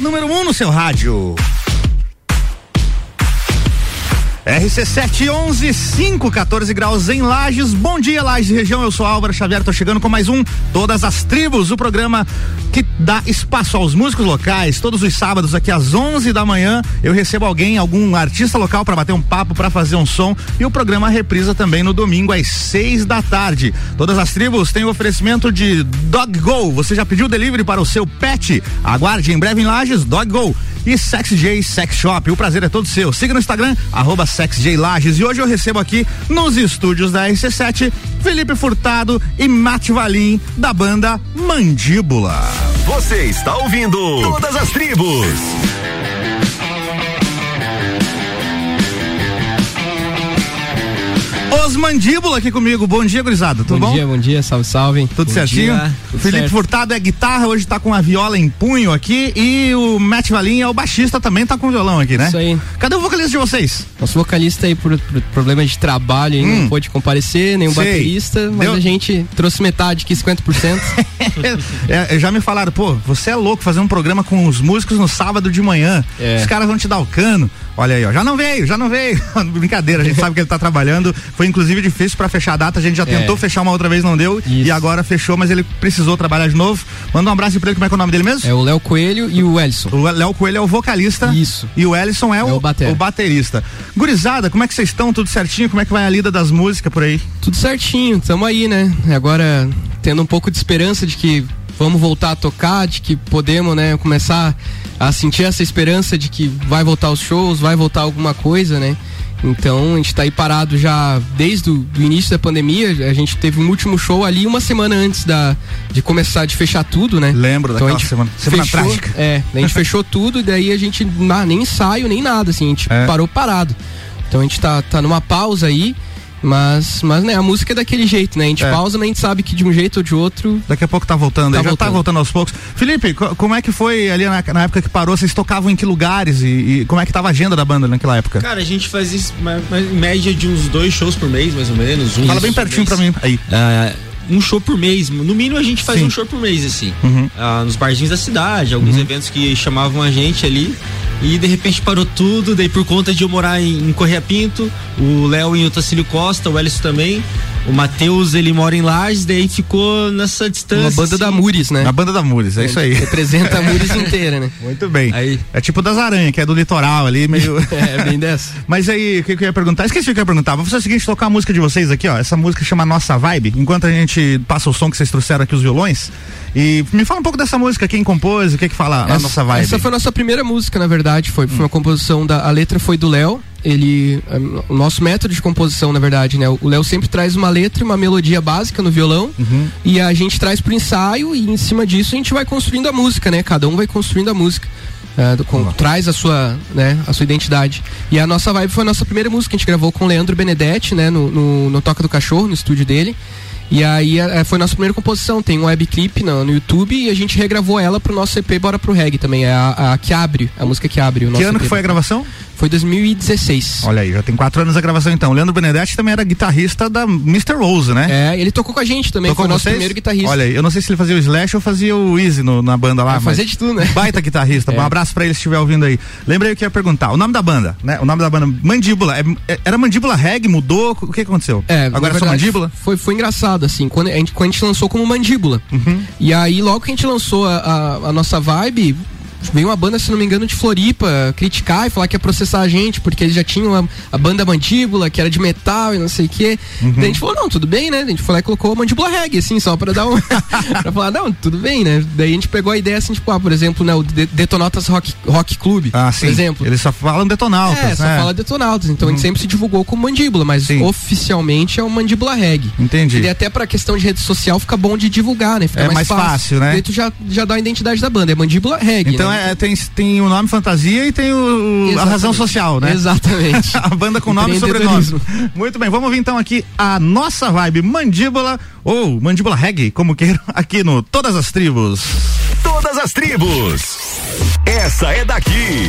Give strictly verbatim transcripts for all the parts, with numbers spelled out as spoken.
número um no seu rádio. R C sete onze, cinco, quatorze graus em Lages. Bom dia, Lages e região. Eu sou Álvaro Xavier, tô chegando com mais um Todas as Tribos, o programa que dá espaço aos músicos locais. Todos os sábados aqui às onze da manhã eu recebo alguém, algum artista local para bater um papo, para fazer um som, e o programa reprisa também no domingo às seis da tarde. Todas as Tribos tem o oferecimento de Dog Go. Você já pediu delivery para o seu pet? Aguarde em breve em Lages, Dog Go. E Sex J Sex Shop, o prazer é todo seu. Siga no Instagram, arroba Sex J Lages. E hoje eu recebo aqui nos estúdios da R C sete Felipe Furtado e Mate Valim, da banda Mandíbula. Você está ouvindo Todas as Tribos. Os Mandíbula aqui comigo. Bom dia, gurizada. Tudo bom? Bom dia, bom dia, salve, salve. Tudo bom certinho? Dia, tudo Felipe certo. Furtado é guitarra, hoje tá com a viola em punho aqui, e o Matt Valim é o baixista, também tá com o violão aqui, né? Isso aí. Cadê o vocalista de vocês? Nosso vocalista aí, por, por problema de trabalho, aí, Hum. não pôde comparecer, nem o Sei. baterista, mas Deu- a gente trouxe metade aqui, cinquenta por cento. É, já me falaram, pô, você é louco fazer um programa com os músicos no sábado de manhã. É. Os caras vão te dar o cano. Olha aí, ó, já não veio, já não veio. Brincadeira, a gente sabe que ele tá trabalhando. Foi inclusive difícil pra fechar a data, a gente já É. tentou fechar uma outra vez, não deu. Isso. E agora fechou, mas ele precisou trabalhar de novo. Manda um abraço pra ele, como é que é o nome dele mesmo? É o Léo Coelho e o Ellison. O Léo Coelho é o vocalista. Isso. E o Ellison é, É o, o batera. o baterista. Gurizada, como é que vocês estão? Tudo certinho? Como é que vai a lida das músicas por aí? Tudo certinho, tamo aí, né? Agora tendo um pouco de esperança de que vamos voltar a tocar, de que podemos, né, começar a sentir essa esperança de que vai voltar os shows, vai voltar alguma coisa, né? Então a gente tá aí parado já desde o do início da pandemia. A gente teve um último show ali uma semana antes da, de começar, de fechar tudo, né? Lembro Então, daquela a gente semana, semana fechou, trágica. É, a gente fechou tudo e daí a gente na, nem ensaio, nem nada, assim, a gente É. parou parado. Então a gente tá, tá numa pausa aí, mas, mas né, a música é daquele jeito, né? A gente É. pausa, mas a gente sabe que de um jeito ou de outro. Daqui a pouco tá voltando, Tá aí, já tá voltando. voltando aos poucos. Felipe, co- como é que foi ali na, na época que parou? Vocês tocavam em que lugares e, e como é que tava a agenda da banda naquela época? Cara, a gente faz isso ma- ma- em média de uns dois shows por mês, mais ou menos. Um Fala bem pertinho pra mim. Aí. Ah, um show por mês, no mínimo a gente faz Sim. um show por mês, assim. Uhum. Ah, nos barzinhos da cidade, alguns eventos que chamavam a gente ali. E de repente parou tudo, daí por conta de eu morar em, em Correia Pinto, o Léo em Otacílio Costa, o Ellison também, o Matheus, ele mora em Lages, daí ficou nessa distância. Uma banda assim. da Mures, né? A banda da Mures, é isso aí. Representa a Mures inteira, né? Muito bem. Aí. É tipo das aranhas, que é do litoral ali, meio. É, bem dessa. Mas aí, o que, que eu ia perguntar? Esqueci o que eu ia perguntar. Vou fazer o seguinte: tocar a música de vocês aqui, ó. Essa música chama Nossa Vibe. Enquanto a gente passa o som que vocês trouxeram aqui, os violões. E me fala um pouco dessa música, quem compôs, o que que fala a Essa, Nossa Vibe. essa foi a nossa primeira música, na verdade. Foi, foi uma composição da. A letra foi do Léo. Ele. um, O nosso método de composição, na verdade, né? O Léo sempre traz uma letra e uma melodia básica no violão. Uhum. E a gente traz pro ensaio e em cima disso a gente vai construindo a música, né? Cada um vai construindo a música. É, do- com- traz a sua, né, a sua identidade. E a Nossa Vibe foi a nossa primeira música, a gente gravou com o Leandro Benedetti, né, no, no, no Toca do Cachorro, no estúdio dele. E aí é, foi a nossa primeira composição, tem um webclip no, no YouTube e a gente regravou ela pro nosso E P Bora Pro Reggae também, é a, a que abre, a música que abre o nosso Que ano E P. que foi a gravação? Foi dois mil e dezesseis. Olha aí, já tem quatro anos a gravação então. O Leandro Benedetti também era guitarrista da mister Rose, né? É, ele tocou com a gente também, Tocou foi o nosso vocês? primeiro guitarrista. Olha aí, eu não sei se ele fazia o Slash ou fazia o Easy no- na banda lá. Ah, mas fazia de tudo, né? Baita guitarrista. É. Um abraço pra ele se estiver ouvindo aí. Lembrei o que eu ia perguntar. O nome da banda, né? O nome da banda, Mandíbula. É- é- era Mandíbula Reggae, mudou? O que que aconteceu? É, Agora na é só verdade, Mandíbula? Foi, foi engraçado, assim, quando a, gente, quando a gente lançou como Mandíbula. Uhum. E aí, logo que a gente lançou a, a, a nossa Vibe, veio uma banda, se não me engano, de Floripa criticar e falar que ia processar a gente, porque eles já tinham a, a banda Mandíbula, que era de metal e não sei o quê. Uhum. Daí a gente falou, não, tudo bem, né? A gente foi lá e colocou Mandíbula Reggae, assim, só pra dar um. pra falar, não, tudo bem, né? Daí a gente pegou a ideia, assim, tipo, ah, por exemplo, né, o De- Detonautas Rock, Rock Club, Ah, sim. por exemplo. Eles só falam Detonautas, É, só né? fala Detonautas. Então a gente sempre se divulgou como Mandíbula, mas Sim. oficialmente é o Mandíbula Reggae. Entendi. E até pra questão de rede social fica bom de divulgar, né? Fica É mais, mais fácil, né? Daí tu já, já dá a identidade da banda, é Mandíbula Reggae. Então né? é, tem, tem o nome fantasia e tem o, a Exatamente. razão social, né? Exatamente. A banda com nome e sobrenome. Empreendedorismo. Muito bem, vamos ouvir então aqui a Nossa Vibe Mandíbula, ou Mandíbula Reggae, como queiram, aqui no Todas as Tribos. Todas as Tribos. Essa é daqui.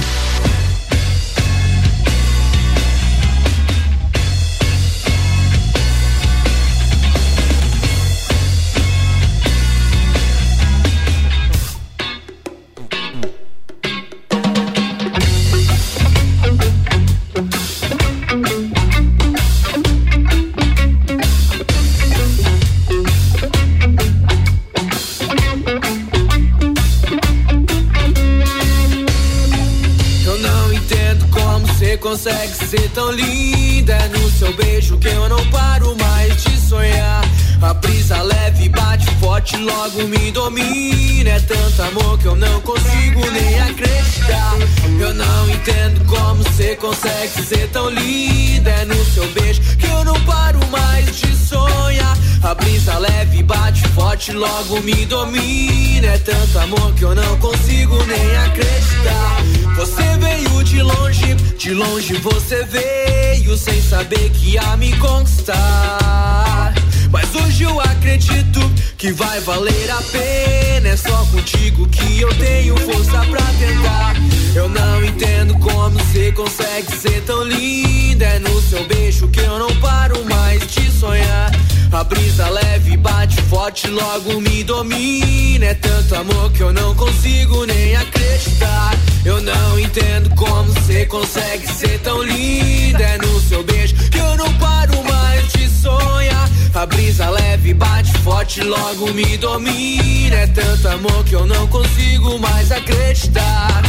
consegue ser tão linda. É no seu beijo que eu não paro mais de sonhar. A brisa leve bate forte, logo me domina. É tanto amor que eu não consigo nem acreditar. Eu não entendo como você consegue ser tão linda. É no seu beijo que eu não paro mais de sonhar. A brisa leve bate forte, logo me domina. É tanto amor que eu não consigo nem acreditar. Você veio de longe, de longe você veio, sem saber que ia me conquistar. Mas hoje eu acredito que vai valer a pena. É só contigo que eu tenho força pra tentar. Eu não entendo como você consegue ser tão linda. É no seu beijo que eu não paro mais de sonhar. A brisa leve bate forte, logo me domina. É tanto amor que eu não consigo nem acreditar. Eu não entendo como você consegue ser tão linda. É no seu beijo que eu não paro mais de sonhar. A brisa leve bate forte, logo me domina. É tanto amor que eu não consigo mais acreditar.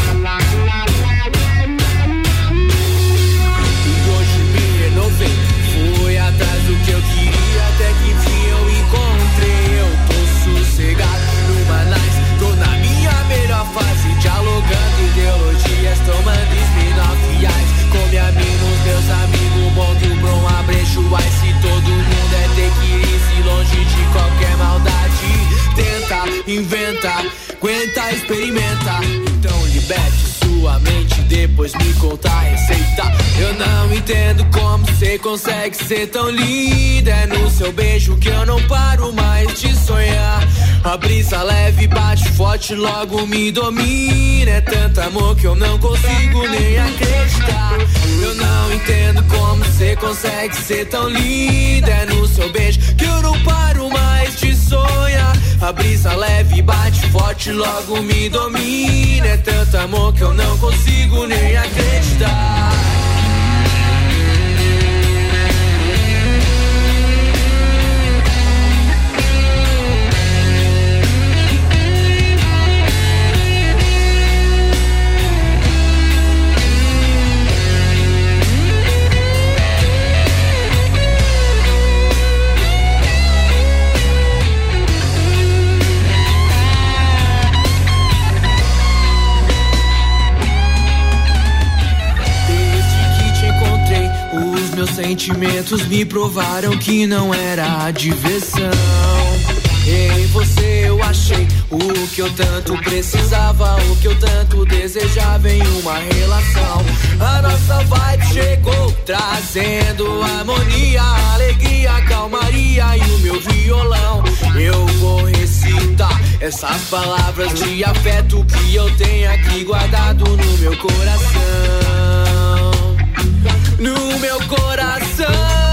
E hoje me renovei, fui atrás do que eu queria, até que enfim eu encontrei. Eu tô sossegado numa nice, tô na minha melhor fase, dialogando ideologias, tomando espinofiais. Com minha amigos, meus amigos, bom que o Bron abrecho ice. Todo mundo é ter que ir se longe de qualquer maldade. Tenta, inventa, aguenta, experimenta. Então liberte sua mente, depois me conta a receita. Eu não entendo como você consegue ser tão linda. É no seu beijo que eu não paro mais de sonhar. A brisa leve bate forte, logo me domina. É tanto amor que eu não consigo nem acreditar. Eu não entendo como você consegue ser tão linda. É no seu beijo que eu não paro mais de sonhar. A brisa leve bate forte, logo me domina. É tanto amor que eu não consigo nem acreditar. Meus sentimentos me provaram que não era diversão. Em você eu achei o que eu tanto precisava, o que eu tanto desejava em uma relação. A nossa vibe chegou trazendo harmonia, alegria, calmaria e o meu violão. Eu vou recitar essas palavras de afeto que eu tenho aqui guardado no meu coração. No meu coração,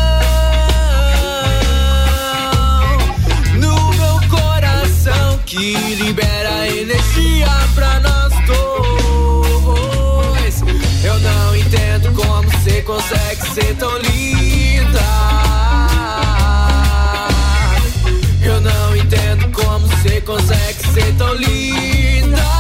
no meu coração, que libera energia pra nós dois. Eu não entendo como você consegue ser tão linda. Eu não entendo como você consegue ser tão linda.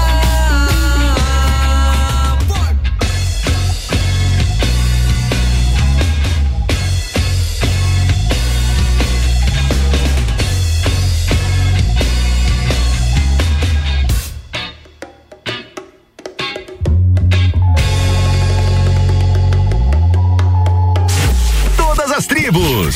As tribos.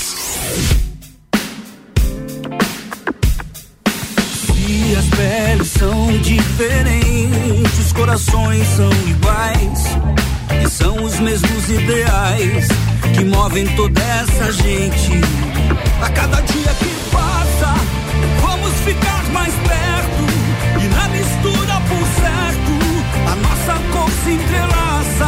Se as peles são diferentes, os corações são iguais e são os mesmos ideais que movem toda essa gente. A cada dia que passa, vamos ficar mais perto e na mistura por certo, a nossa cor se entrelaça.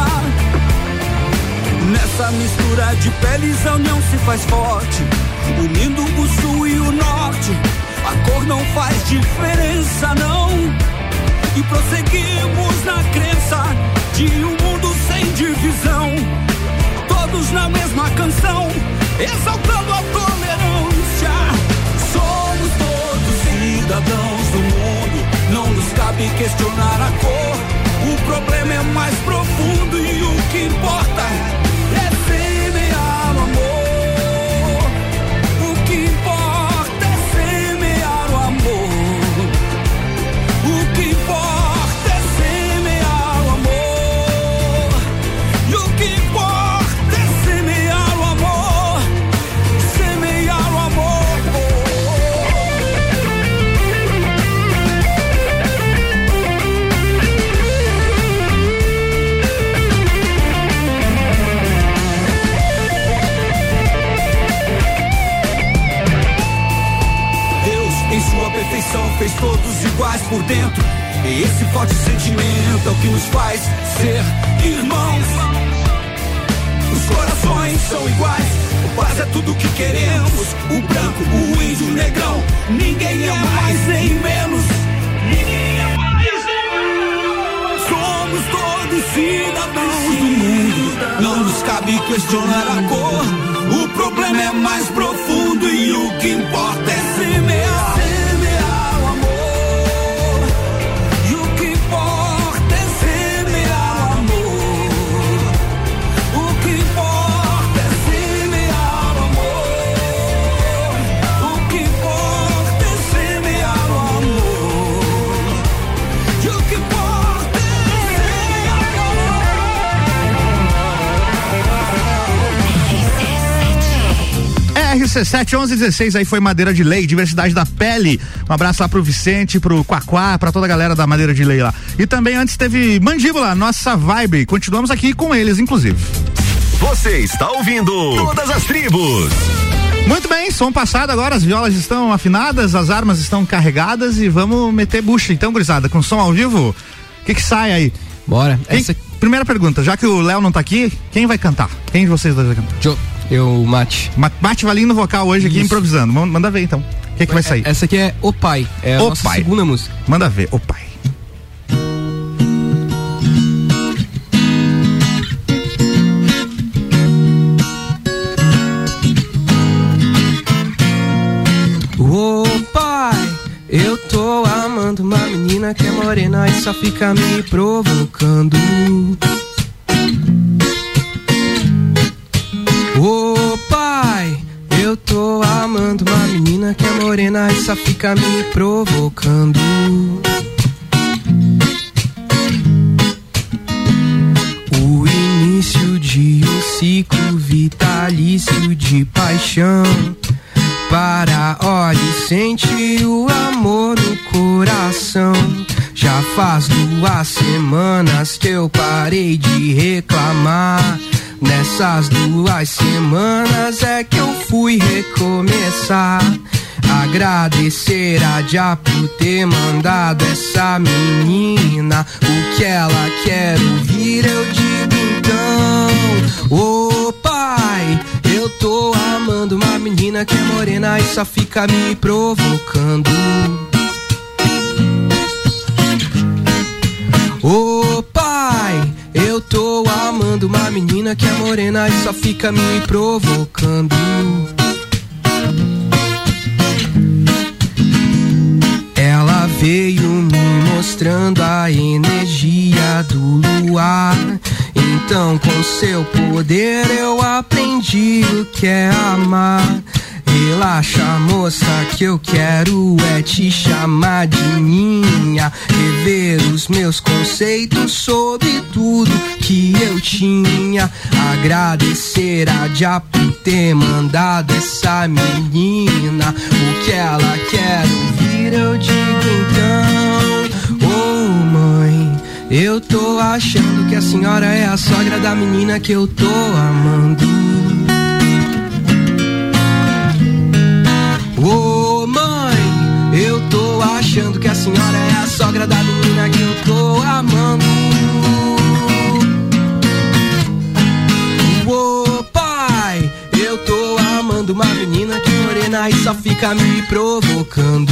Nessa mistura de peles a união se faz forte, unindo o sul e o norte. A cor não faz diferença não. E prosseguimos na crença de um mundo sem divisão. Todos na mesma canção, exaltando a tolerância. Somos todos cidadãos do mundo, não nos cabe questionar a cor. O problema é mais profundo e o que importa fez todos iguais por dentro. E esse forte sentimento é o que nos faz ser irmãos. Os corações são iguais, paz é tudo que queremos. O branco, o índio, o negrão, ninguém é mais nem menos. Ninguém é mais nem menos. Somos todos cidadãos do mundo, não nos cabe questionar a cor. O problema é mais profundo e o que importa é semear. Semear o amor. E o que importa é semear o amor. O que importa é semear o amor. O que importa é semear o amor. E o que importa é semear o R C sete onze dezesseis aí foi Madeira de Lei, Diversidade da Pele. Um abraço lá pro Vicente, pro Quaquá, pra toda a galera da Madeira de Lei lá. E também antes teve Mandíbula, Nossa Vibe. Continuamos aqui com eles, inclusive. Você está ouvindo Todas as Tribos. Muito bem, som passado agora, as violas estão afinadas, as armas estão carregadas e vamos meter bucha. Então, gurizada, com som ao vivo, o que que sai aí? Bora. Quem, Essa... Primeira pergunta, já que o Léo não tá aqui, quem vai cantar? Quem de vocês dois vai cantar? Jo, eu, Mate. Mate Valinho no vocal hoje aqui, Isso. improvisando. Manda ver então. O que que vai sair? Essa aqui é O Pai, é a O nossa Pai. segunda música. Manda ver, o pai. Ô pai, eu tô amando uma menina que é morena e só fica me provocando. Ô pai, eu tô amando uma menina que é morena e só fica me provocando. O início de um ciclo vitalício de paixão. Para, olha e sente o amor no coração. Já faz duas semanas que eu parei de reclamar. Nessas duas semanas é que eu fui recomeçar. Agradecer a Já por ter mandado essa menina. O que ela quer ouvir eu digo então. Ô pai, eu tô amando uma menina que é morena e só fica me provocando. Ô pai, eu tô amando uma menina que é morena e só fica me provocando. Ela veio me mostrando a energia do luar. Então com seu poder eu aprendi o que é amar. Relaxa, moça, que eu quero é te chamar de minha. Rever os meus conceitos sobre tudo que eu tinha. Agradecer a Já por ter mandado essa menina. O que ela quer ouvir eu digo então. Ô mãe, eu tô achando que a senhora é a sogra da menina que eu tô amando. Ô mãe, eu tô achando que a senhora é a sogra da menina que eu tô amando. Ô pai, eu tô amando uma menina que é morena e só fica me provocando.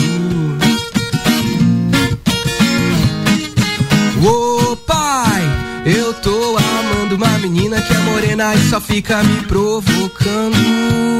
Ô pai, eu tô amando uma menina que é morena e só fica me provocando.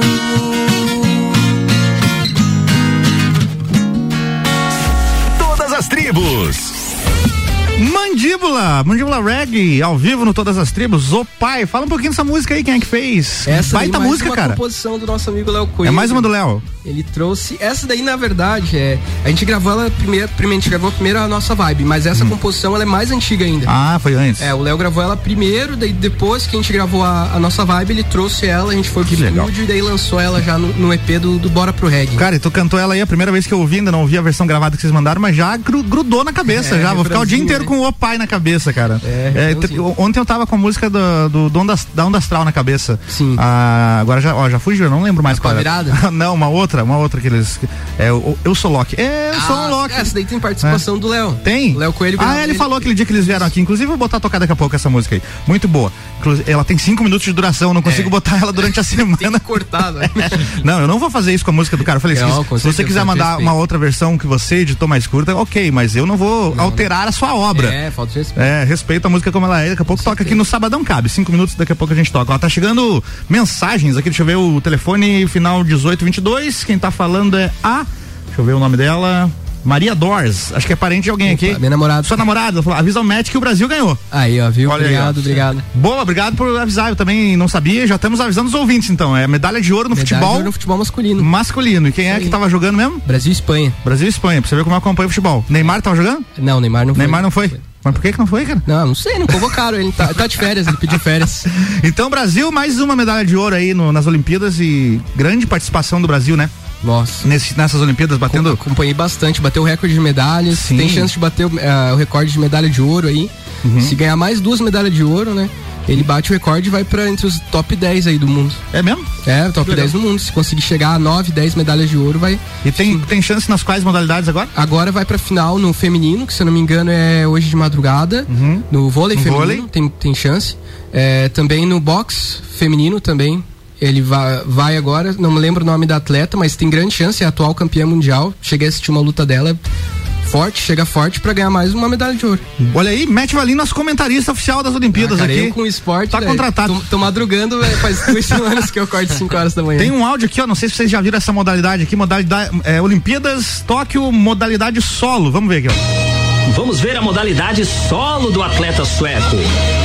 As Tribos. Mandíbula, Mandíbula Reggae, ao vivo no Todas as Tribos. Ô pai, fala um pouquinho dessa música aí, quem é que fez? Essa baita mais música, uma cara. composição do nosso amigo Léo Coelho. É mais uma do Léo. Ele trouxe, essa daí na verdade é, a gente gravou ela primeiro, primeiro a gente gravou primeiro a nossa vibe, mas essa hum. composição ela é mais antiga ainda. Ah, foi antes. É, o Léo gravou ela primeiro, daí depois que a gente gravou a, a nossa vibe, ele trouxe ela, a gente foi pro estúdio e daí lançou ela já no, no E P do, do Bora Pro Reggae. Cara, e tu cantou ela aí a primeira vez que eu ouvi, ainda não ouvi a versão gravada que vocês mandaram, mas já grudou na cabeça, é, já, vou ficar o dia inteiro, né, com o pai na na cabeça, cara. É, é, t- ontem eu tava com a música do, do, do Onda, da Onda Astral na cabeça. Sim. Ah, agora já, ó, já fugiu, eu não lembro mais qual qual era. Virada? Não, uma outra, uma outra que eles. É, eu, eu sou Loki. É, eu sou um Loki. Essa daí tem participação é. do Léo. Tem? Léo Coelho. Ah, ele falou aquele dia que eles vieram aqui. Inclusive, eu vou botar a tocar daqui a pouco essa música aí. Muito boa. Inclusive, ela tem cinco minutos de duração, não consigo é. botar ela durante a semana. Tem que cortar, né? Não, eu não vou fazer isso com a música do cara. Eu falei, não, se, se você quiser mandar uma outra versão que você editou mais curta, ok, mas eu não vou não, alterar a sua obra. É, falta de respeito. É, respeita a música como ela é. Daqui a pouco toca aqui no Sabadão Cabe. Cinco minutos, daqui a pouco a gente toca. Ó, tá chegando mensagens aqui, deixa eu ver o telefone final dezoito vinte e dois. Quem tá falando é a. Deixa eu ver o nome dela. Maria Dors, acho que é parente de alguém Opa, aqui. Minha namorada. Sua namorada, falou, avisa o Matt que o Brasil ganhou. Aí, ó, viu? Olha obrigado, aí, obrigado. Boa, obrigado por avisar, eu também não sabia, já estamos avisando os ouvintes então, é medalha de ouro no medalha futebol. De ouro no futebol masculino. Masculino, e quem é que tava jogando mesmo? Brasil e Espanha. Brasil e Espanha, pra você ver como eu acompanho o futebol. Neymar tava jogando? Não, Neymar não foi. Neymar não foi? foi. Mas por que que não foi, cara? Não, não sei, não convocaram, ele tá, tá de férias, ele pediu férias. Então, Brasil, mais uma medalha de ouro aí no, nas Olimpíadas e grande participação do Brasil, né? Nossa. Nesse, nessas Olimpíadas, batendo... Acompanhei bastante, bateu o recorde de medalhas, Sim. tem chance de bater uh, o recorde de medalha de ouro aí. Uhum. Se ganhar mais duas medalhas de ouro, né? Ele bate o recorde e vai pra entre os top dez aí do mundo. É mesmo? É, top dez do mundo. Se conseguir chegar a nove, dez medalhas de ouro, vai... E tem, tem chance nas quais modalidades agora? Agora vai pra final no feminino, que se eu não me engano é hoje de madrugada. Uhum. No vôlei no feminino, vôlei. Tem, tem chance. É, também no boxe feminino também. Ele vai, vai agora, não me lembro o nome da atleta, mas tem grande chance, é a atual campeã mundial. Cheguei a assistir uma luta dela, forte, chega forte pra ganhar mais uma medalha de ouro. Olha aí, Matt Valim, nosso comentarista oficial das Olimpíadas ah, cara, aqui. Eu com o esporte, tá véio, contratado. Tô, tô madrugando, véio, faz duas semanas que eu acordo cinco horas da manhã. Tem um áudio aqui, ó, não sei se vocês já viram essa modalidade aqui, modalidade é, Olimpíadas Tóquio, modalidade solo. Vamos ver aqui, ó. Vamos ver a modalidade solo do atleta sueco.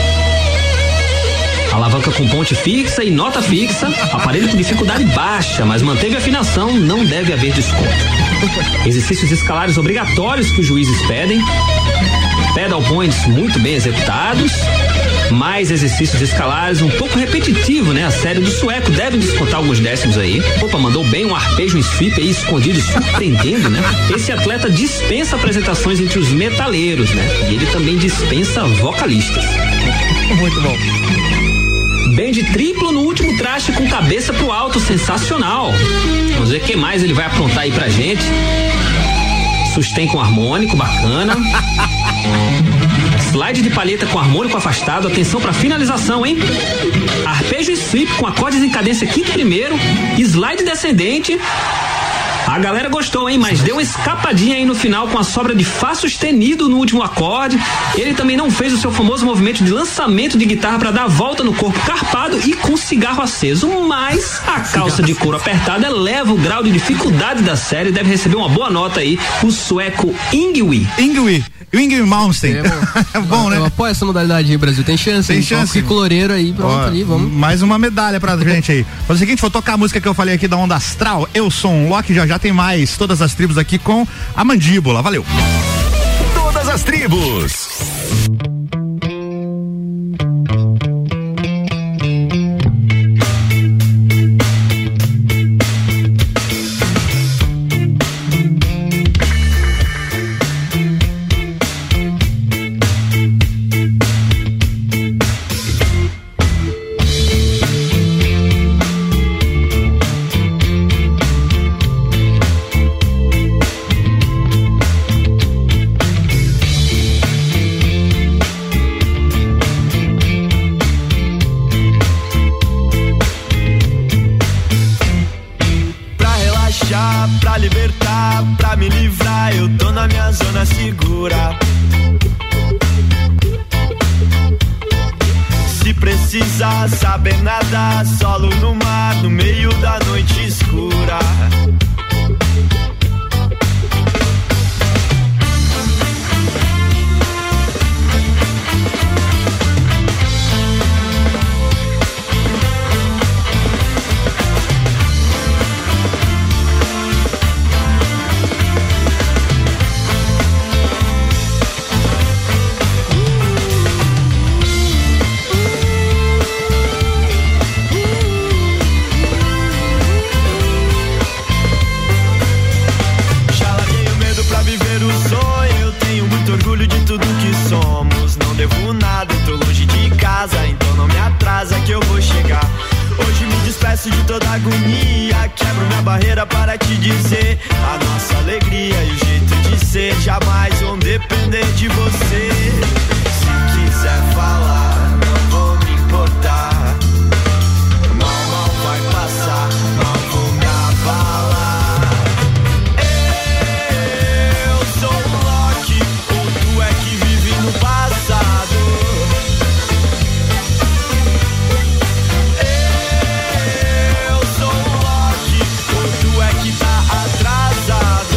Alavanca com ponte fixa e nota fixa, aparelho com dificuldade baixa, mas manteve a afinação, não deve haver desconto. Exercícios escalares obrigatórios que os juízes pedem, pedal points muito bem executados, mais exercícios escalares um pouco repetitivo, né? A série do sueco deve descontar alguns décimos aí. Opa, mandou bem um arpejo em sweep aí escondido, surpreendendo, né? Esse atleta dispensa apresentações entre os metaleiros, né? E ele também dispensa vocalistas. Muito bom. Bem de triplo no último traste com cabeça pro alto, sensacional. Vamos ver o que mais ele vai aprontar aí pra gente. Sustém com harmônico, bacana. Slide de palheta com harmônico afastado, atenção pra finalização, hein? Arpejo e sweep com acordes em cadência quinto primeiro, slide descendente. A galera gostou, hein? Mas deu uma escapadinha aí no final com a sobra de Fá sustenido no último acorde. Ele também não fez o seu famoso movimento de lançamento de guitarra para dar a volta no corpo carpado e com cigarro aceso. Mas a calça de couro apertada eleva o grau de dificuldade da série. Deve receber uma boa nota aí o sueco Yngwie. Yngwie. Yngwie Malmsteen. É bom, é bom né? Eu apoio essa modalidade aí, Brasil. Tem chance. Tem chance. Um coloreiro aí, pronto. Ó, ali, vamos. Mais uma medalha pra gente aí. Faz o seguinte, vou tocar a música que eu falei aqui da Onda Astral. Eu sou um Loki, já já tem mais todas as tribos aqui com a Mandíbula. Valeu. Todas as tribos. Pra libertar, pra me livrar, eu tô na minha zona segura. Se precisar saber nada, solo no mar, no meio da noite escura. palavra para te dizer. A nossa alegria e o jeito de ser jamais vão depender de você. Se quiser falar, não vou me importar. Mal, mal vai passar, mal vou me abalar. Eu sou um Loki, ou tu é que vive no passado. Eu sou um Loki, ou tu é que tá atrasado.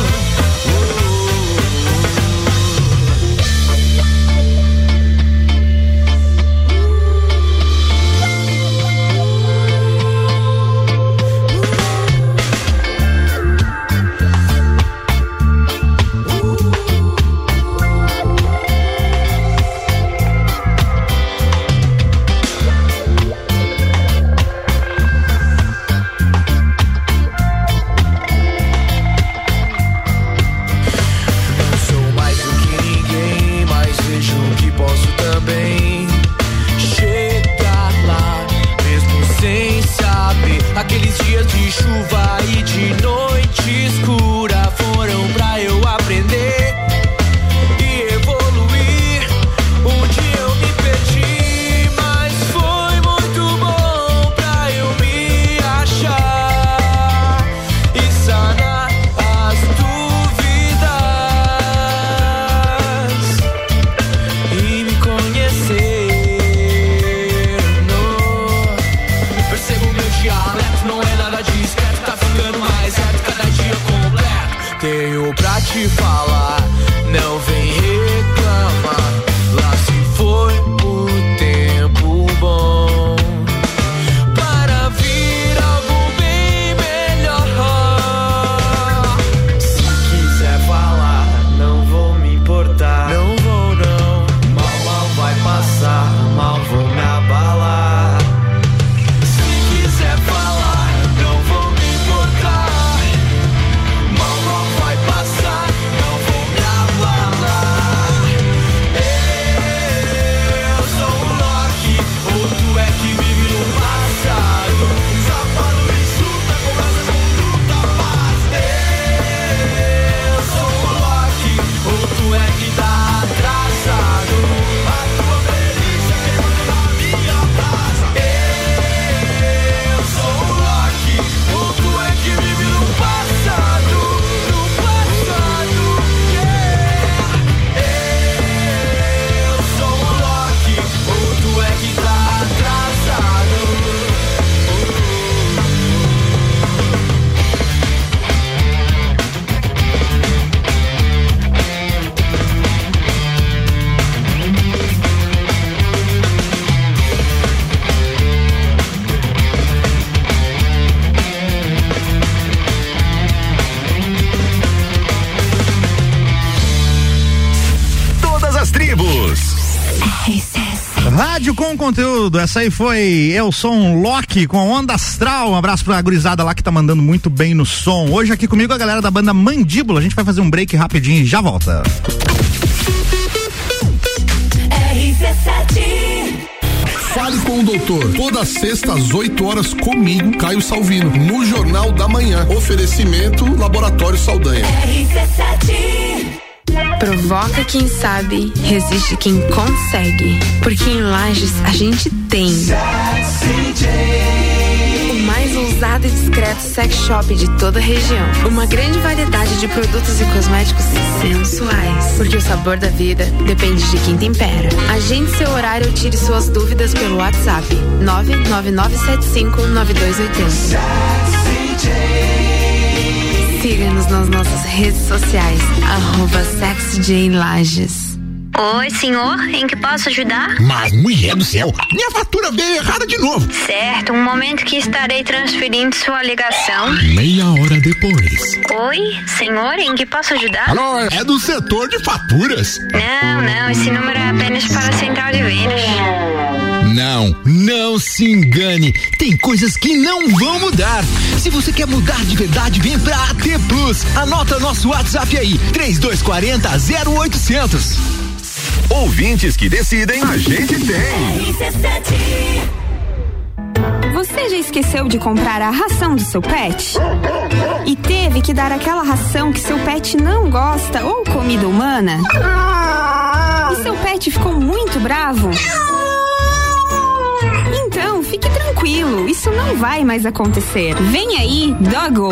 Aqueles dias de chuva e de noite escura foram pra eu aprender e evoluir. Um dia eu me perdi, mas foi muito bom pra eu me achar e sanar as dúvidas e me conhecer. No, percebo meu dialeto. Não é nada discreto, tá ficando mais reto, cada dia completo. Tenho pra te falar, não vem reclamar. Lá se foi o tempo bom para vir algo bem melhor. Se quiser falar, não vou me importar. Não vou não, mal, mal vai passar, mal vou me abalar. Se quiser falar, não vou me importar. Mal, mal vai passar, não vou me abalar. Eu sou um Loki, ou tu é que vive no passado. Safado e chuta, começa com luta, paz. Eu sou um Loki, ou tu é que tá atrasado. A tua delícia queimando na minha casa. Eu sou um Loki, ou tu é que vive no passado, no passado, yeah. Eu sou um Loki, ou tu é que tá atrasado. Todas as tribos. Rádio com conteúdo, essa aí foi Eu Sou um Loki com Onda Astral. Um abraço pra gurizada lá que tá mandando muito bem no som. Hoje aqui comigo a galera da banda Mandíbula. A gente vai fazer um break rapidinho e já volta. R C sete. Fale com o doutor, toda sexta às oito horas comigo, Caio Salvino, no Jornal da Manhã. Oferecimento Laboratório Saldanha. R C sete. Provoca quem sabe, resiste quem consegue. Porque em Lages a gente tem o mais ousado e discreto sex shop de toda a região. Uma grande variedade de produtos e cosméticos sensuais. Porque o sabor da vida depende de quem tempera. Agende seu horário ou tire suas dúvidas pelo WhatsApp nove nove nove sete cinco nove dois oito zero. Siga-nos nas nossas redes sociais, arroba SexyJ Lages. Oi, senhor, em que posso ajudar? Mas, mulher do céu, minha fatura veio errada de novo. Certo, um momento que estarei transferindo sua ligação. Meia hora depois. Oi, senhor, em que posso ajudar? Alô, é do setor de faturas. Não, não, esse número é apenas para a central de vendas. Não, não se engane. Tem coisas que não vão mudar. Se você quer mudar de verdade, vem pra A T Plus. Anota nosso WhatsApp aí, três dois quatro zero zero oitocentos. Ouvintes que decidem, a gente tem. Você já esqueceu de comprar a ração do seu pet? E teve que dar aquela ração que seu pet não gosta ou comida humana? E seu pet ficou muito bravo? Então, fique tranquilo, isso não vai mais acontecer. Vem aí, Doggo!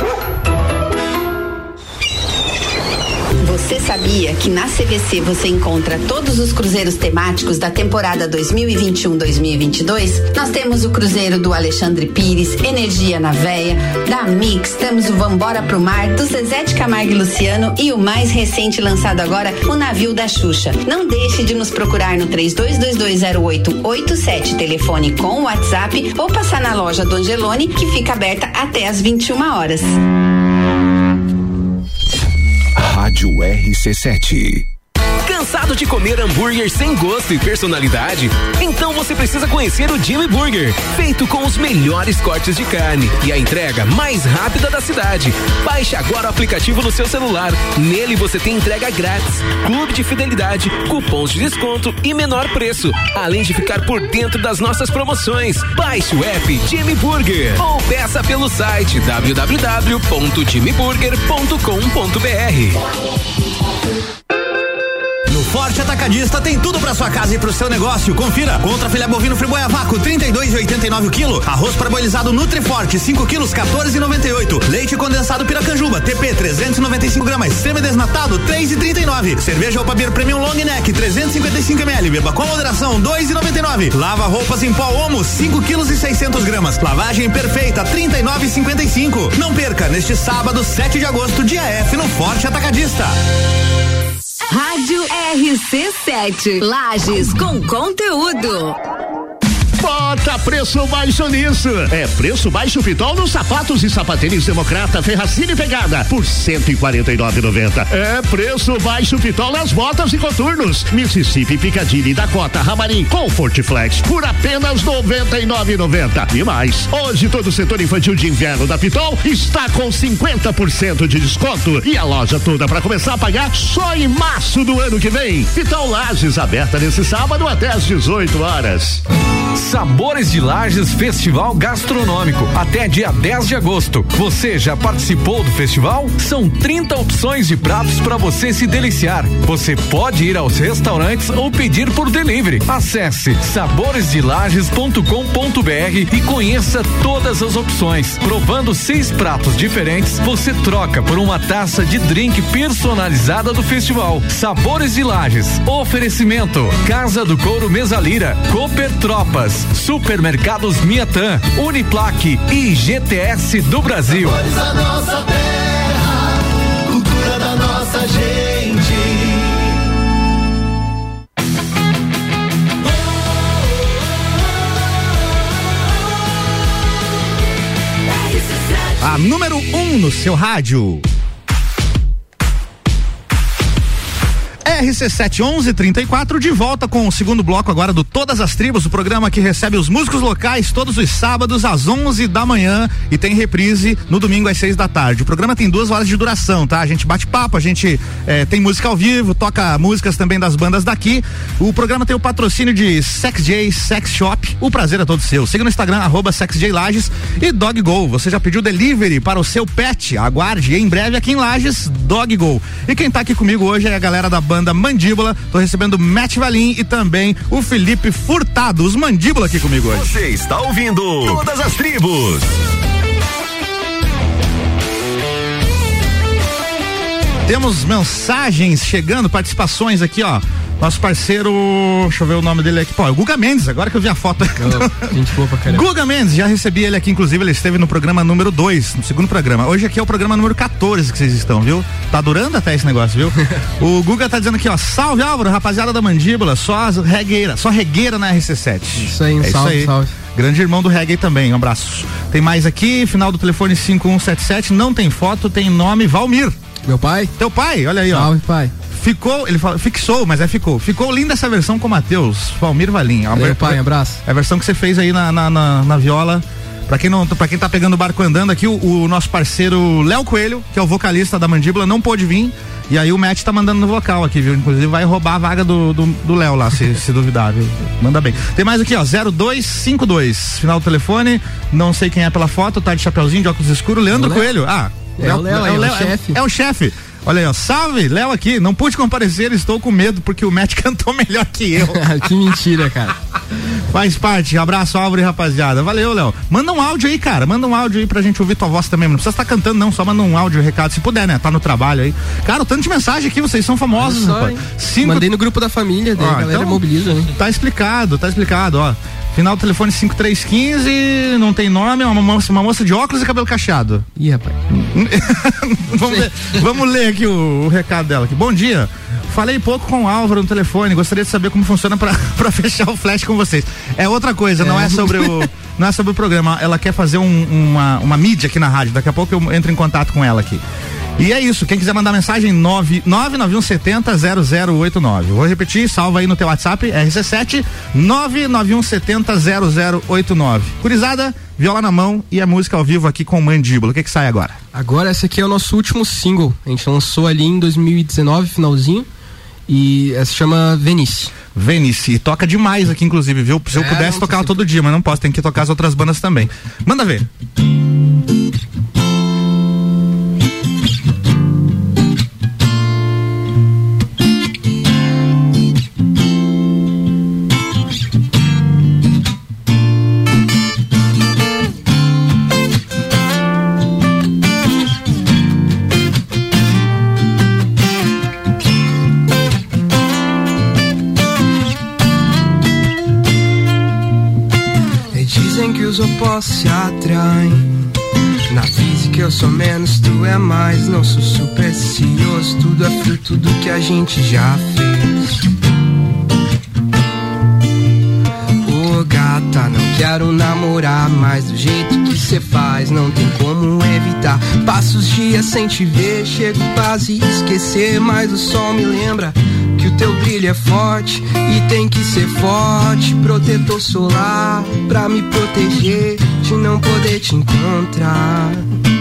Você sabia que na C V C você encontra todos os cruzeiros temáticos da temporada dois mil e vinte e um dois mil e vinte e dois? Nós temos o cruzeiro do Alexandre Pires, Energia na Véia, da Mix, temos o Vambora pro Mar, do Zezé de Camargo e Luciano e o mais recente lançado agora, o Navio da Xuxa. Não deixe de nos procurar no três dois dois dois zero oito oito sete, telefone com WhatsApp, ou passar na loja do Angelone, que fica aberta até às vinte e uma horas. Rádio R C sete. Cansado de comer hambúrguer sem gosto e personalidade? Então você precisa conhecer o Jimmy Burger, feito com os melhores cortes de carne e a entrega mais rápida da cidade. Baixe agora o aplicativo no seu celular. Nele você tem entrega grátis, clube de fidelidade, cupons de desconto e menor preço, além de ficar por dentro das nossas promoções. Baixe o app Jimmy Burger ou peça pelo site w w w ponto jimmy burger ponto com ponto b r. No Forte Atacadista tem tudo pra sua casa e pro seu negócio. Confira: contra filé bovino friboia a vácuo trinta e dois e oitenta e nove o quilo, arroz parboilizado Nutriforte cinco quilos quatorze e noventa e oito, leite condensado Piracanjuba T P trezentos e noventa e cinco gramas, semi-desnatado três e trinta e nove, cerveja Opa Beer Premium Long Neck trezentos e cinquenta e cinco mililitros, beba com moderação dois e noventa e nove, lava roupas em pó Omo cinco quilos e seiscentos gramas, lavagem perfeita trinta e nove e cinquenta e cinco. Não perca neste sábado sete de agosto, dia F, no Forte Atacadista. Rádio R C sete, Lages com conteúdo. Bota preço baixo nisso. É preço baixo Pitol nos sapatos e sapatênis Democrata, Ferracini Pegada por cento e quarenta e nove reais e noventa centavos. É preço baixo Pitol nas botas e coturnos Mississippi, Piccadilly, Dakota, Ramarim, Comfort Flex por apenas noventa e nove reais e noventa centavos. E mais, hoje todo o setor infantil de inverno da Pitol está com cinquenta por cento de desconto e a loja toda para começar a pagar só em março do ano que vem. Pitol Lages, aberta nesse sábado até às dezoito horas. Sabores de Lages Festival Gastronômico, até dia dez de agosto. Você já participou do festival? São trinta opções de pratos para você se deliciar. Você pode ir aos restaurantes ou pedir por delivery. Acesse sabores de lages ponto com ponto b r e conheça todas as opções. Provando seis pratos diferentes, você troca por uma taça de drink personalizada do festival. Sabores de Lages. Oferecimento: Casa do Couro Mesalira, Cooper Tropas, Supermercados Miatã, Uniplaque e G T S do Brasil. Sabores da nossa terra, cultura da nossa gente. A número um no seu rádio. R C sete onze trinta e quatro, de volta com o segundo bloco agora do Todas as Tribos, o programa que recebe os músicos locais todos os sábados às onze da manhã e tem reprise no domingo às seis da tarde. O programa tem duas horas de duração, tá? A gente bate papo, a gente eh, tem música ao vivo, toca músicas também das bandas daqui. O programa tem o patrocínio de Sex J Sex Shop. O prazer é todo seu. Siga no Instagram, arroba SexJLages e Dog Go. Você já pediu delivery para o seu pet? Aguarde, em breve aqui em Lages, Dog Go. E quem tá aqui comigo hoje é a galera da banda Mandíbula. Tô recebendo o Matt Valim e também o Felipe Furtado, os Mandíbula aqui comigo hoje. Você está ouvindo Todas as Tribos. Temos mensagens chegando, participações aqui, ó. Nosso parceiro, deixa eu ver o nome dele aqui, pô, é o Guga Mendes, agora que eu vi a foto. Oh, gente boa pra caramba. Guga Mendes, já recebi ele aqui, inclusive ele esteve no programa número dois, no segundo programa. Hoje aqui é o programa número quatorze que vocês estão, viu? Tá durando até esse negócio, viu? O Guga tá dizendo aqui, ó, salve Álvaro, rapaziada da Mandíbula, só regueira, só regueira na R C sete. Isso aí, um é salve, isso aí. salve. Grande irmão do reggae também, um abraço. Tem mais aqui, final do telefone cinco um sete sete, não tem foto, tem nome Valmir. Meu pai? Teu pai, olha aí, ó. Salve, pai. Ficou, ele fala, fixou, mas é ficou. Ficou linda essa versão com o Matheus, Valmir Valim. Meu pai, um abraço. É a versão que você fez aí na, na, na, na viola. Pra quem não, pra quem tá pegando o barco andando aqui, o, o nosso parceiro Léo Coelho, que é o vocalista da Mandíbula, não pôde vir. E aí o Matt tá mandando no vocal aqui, viu? Inclusive vai roubar a vaga do do, do Léo lá, se, se duvidar, viu? Manda bem. Tem mais aqui, ó, zero dois cinco dois, final do telefone, não sei quem é pela foto, tá de chapeuzinho, de óculos escuros, Leandro Coelho. Ah, é o Léo, é o chefe. É o chefe. Olha aí, ó, salve, Léo aqui, não pude comparecer, estou com medo porque o Matt cantou melhor que eu. Que mentira, cara. Faz parte, abraço, Álvaro e rapaziada. Valeu, Léo. Manda um áudio aí, cara, manda um áudio aí pra gente ouvir tua voz também, não precisa estar cantando não, só manda um áudio, recado, se puder, né, tá no trabalho aí. Cara, o tanto de mensagem aqui, vocês são famosos, só, rapaz. Cinco... Mandei no grupo da família, daí, ó, a galera então, mobiliza, né? Tá explicado, tá explicado, ó. Final do telefone cinco três um cinco, não tem nome, é uma moça, uma moça de óculos e cabelo cacheado. Ih, rapaz. vamos, ler, vamos ler aqui o, o recado dela aqui. Bom dia, falei pouco com o Álvaro no telefone, gostaria de saber como funciona pra, pra fechar o flash com vocês. É outra coisa, é. não é sobre o não é sobre o programa, ela quer fazer um, uma, uma mídia aqui na rádio, daqui a pouco eu entro em contato com ela aqui. E é isso, quem quiser mandar mensagem, nove nove nove um sete zero zero zero oito nove. Vou repetir, salva aí no teu WhatsApp, R C sete nove nove um sete zero zero zero oito nove. Curizada, viola na mão e a música ao vivo aqui com Mandíbula. O que que sai agora? Agora esse aqui é o nosso último single, a gente lançou ali em dois mil e dezenove, finalzinho, e essa se chama Venice. Venice, e toca demais aqui inclusive, viu? Se eu é, pudesse tocar todo dia, mas não posso, tem que tocar as outras bandas também. Manda ver. Os opostos se atraem. Na física eu sou menos, tu é mais. Não sou supersticioso, tudo é fruto do que a gente já fez. Ô gata, não quero namorar, mas do jeito que cê faz não tem como evitar. Passo os dias sem te ver, chego quase a esquecer, mas o sol me lembra que o teu brilho é forte e tem que ser forte. Protetor solar pra me proteger de não poder te encontrar.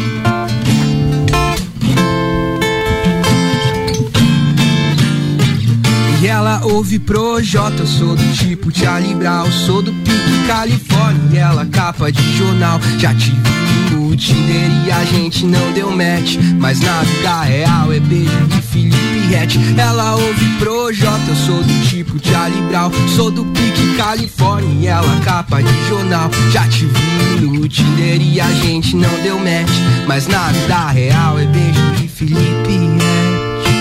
E ela ouve Projota, eu sou do tipo Charlie Brown, sou do pique Califórnia, e ela capa de jornal. Já te vi no Tinder e a gente não deu match, mas na vida real é beijo de Felipe Rett. Ela ouve Projota, eu sou do tipo Charlie Brown, sou do pique Califórnia, e ela capa de jornal. Já te vi no Tinder e a gente não deu match, mas na vida real é beijo de Felipe Rett.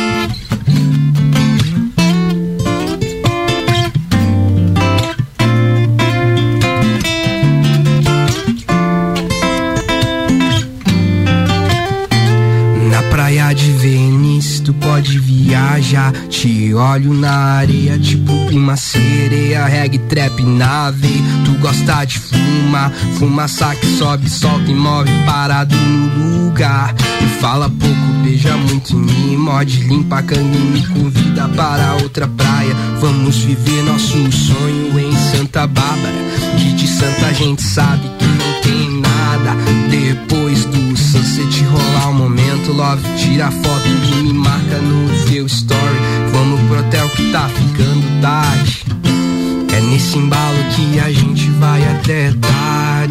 Praia de Venice, tu pode viajar. Te olho na areia, tipo uma sereia. Reggae, trap na veia, tu gosta de fumar. Fumaça que sobe, solta e move parado no lugar. E fala pouco, beija muito e me morde. Limpa a canga e me convida para outra praia. Vamos viver nosso sonho em Santa Bárbara, que de santa a gente sabe que não tem nada. Depois do sunset rolar um momento love, tira foto e me marca no teu story. Vamos pro hotel que tá ficando tarde, é nesse embalo que a gente vai até tarde.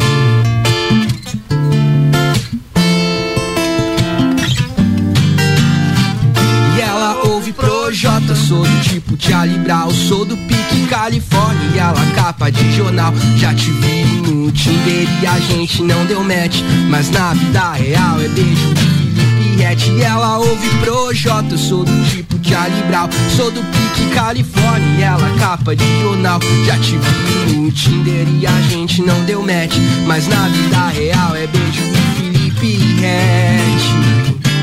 E ela ouve Projota, sou do tipo Charlie Brown, sou do pique Califórnia, e ela capa de jornal. Já te vi no Tinder e a gente não deu match, mas na vida real é beijo de Felipe Rett. E ela ouve Projota, eu sou do tipo Charlie Brown, sou do pique Califórnia, e ela capa de jornal. Já te vi no Tinder e a gente não deu match, mas na vida real é beijo de Felipe Rett.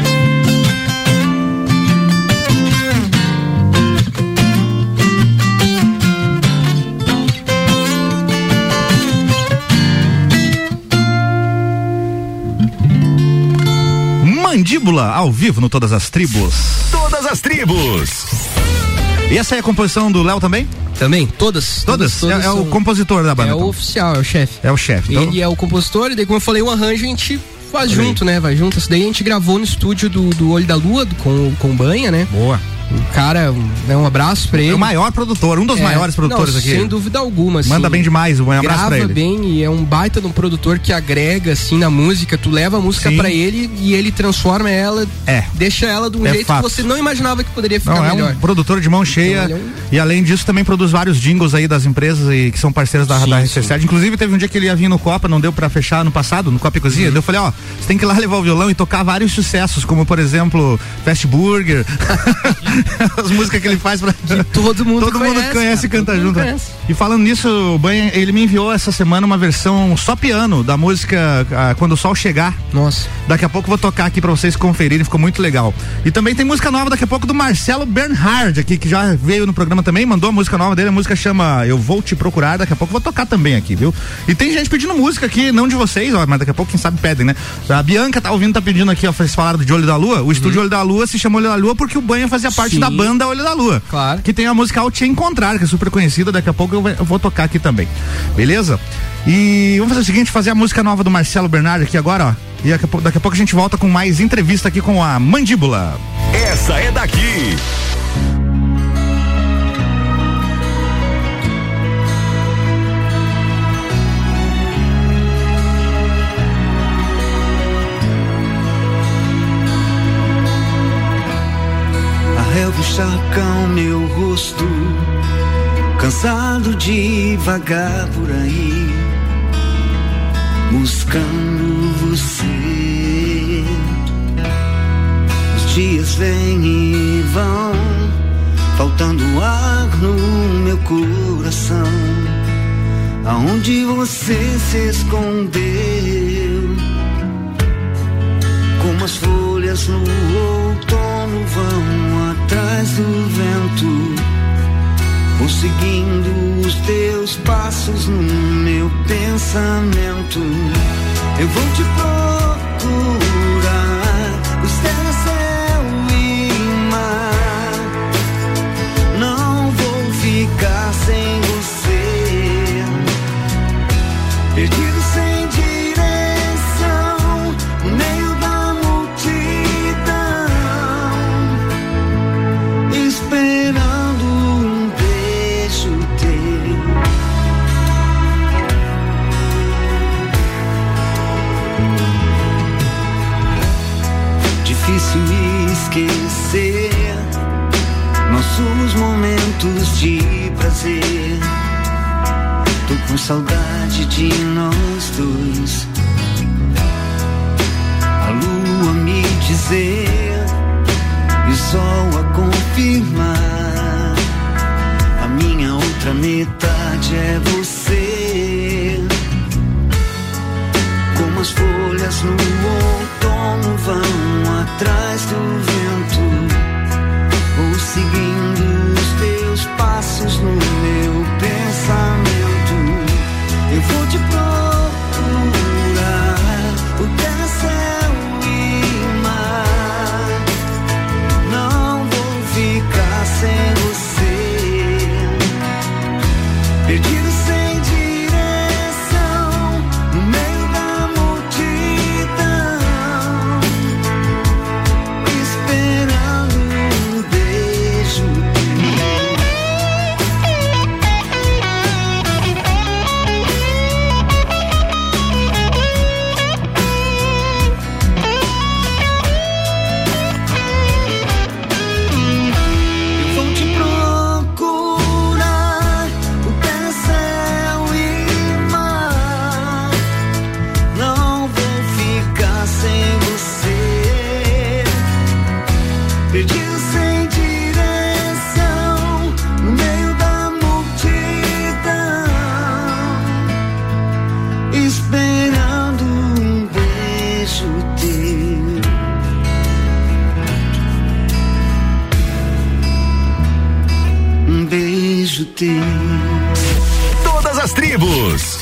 Mandíbula, ao vivo no Todas as Tribos. Todas as Tribos. E essa é a composição do Léo também? Também, todas. Todas? todas, todas é, é o compositor da banda. É então. o oficial, é o chefe. É o chefe. Então... Ele é o compositor e daí, como eu falei, o arranjo a gente faz Olha junto, aí. né? Vai junto. Isso daí a gente gravou no estúdio do, do Olho da Lua, do, com, com o Banha, né? Boa. O cara, um, né, um abraço pra ele. É o maior produtor, um dos É, maiores produtores não, aqui. Sem dúvida alguma, assim. Manda bem demais, um abraço grava pra ele. bem e é um baita de um produtor que agrega, assim, na música. Tu leva a música Sim. pra ele e ele transforma ela, é. deixa ela de um É jeito fato. que você não imaginava que poderia ficar Não, é melhor. um produtor de mão cheia. Então, ele é um... E além disso também produz vários jingles aí das empresas e que são parceiros da, Sim, da R C sete. Inclusive teve um dia que ele ia vir no Copa, não deu pra fechar no passado, no Copa e Cozinha. Uhum. Eu falei, ó, você tem que ir lá levar o violão e tocar vários sucessos, como por exemplo, Fast Burger. As músicas que ele faz pra... Que todo mundo todo conhece, mundo conhece cara, e canta todo mundo junto. conhece. E falando nisso, o Banha, ele me enviou essa semana uma versão só piano da música ah, Quando o Sol Chegar. Nossa. Daqui a pouco eu vou tocar aqui pra vocês conferirem, ficou muito legal. E também tem música nova daqui a pouco do Marcelo Bernhard aqui, que já veio no programa também, mandou a música nova dele, a música chama Eu Vou Te Procurar, daqui a pouco eu vou tocar também aqui, viu? E tem gente pedindo música aqui, não de vocês, ó, mas daqui a pouco quem sabe pedem, né? A Bianca tá ouvindo, tá pedindo aqui, ó, vocês falaram de Olho da Lua, o estúdio Olho da Lua se chama Olho da Lua porque o Banha fazia parte Sim. da banda Olho da Lua. Claro. Que tem a música Ao Te Encontrar, que é super conhecida, daqui a pouco eu, eu vou tocar aqui também. Beleza? E vamos fazer o seguinte, fazer a música nova do Marcelo Bernard aqui agora, ó. E daqui a, pouco, daqui a pouco a gente volta com mais entrevista aqui com a Mandíbula. Essa é daqui. A relva encharcam meu rosto, cansado de vagar por aí, buscando você. Os dias vêm e vão, faltando ar no meu coração. Aonde você se escondeu? Como as folhas no outono vão atrás do vento, vou seguindo os teus passos no meu pensamento. Eu vou te procurar, os céus, céu e mar. Não vou ficar sem você, perdido sem direção, no meio da multidão, esperando um beijo teu. Difícil esquecer nossos momentos de prazer. Tô com saudade de nós dois. A lua me dizer e o sol a confirmar. A minha outra metade é você. Como as folhas no outono vão atrás do vento, vou seguindo os teus passos no meu pensamento. Eu vou te procurar, por terra, céu e mar. Não vou ficar sem você, perdido sem direção, no meio da multidão, esperando um beijo Eu vou te procurar, por terra, céu e mar. Não vou ficar sem você, perdido sem direção, no meio da multidão, esperando um beijo teu. Um beijo teu. Todas as tribos.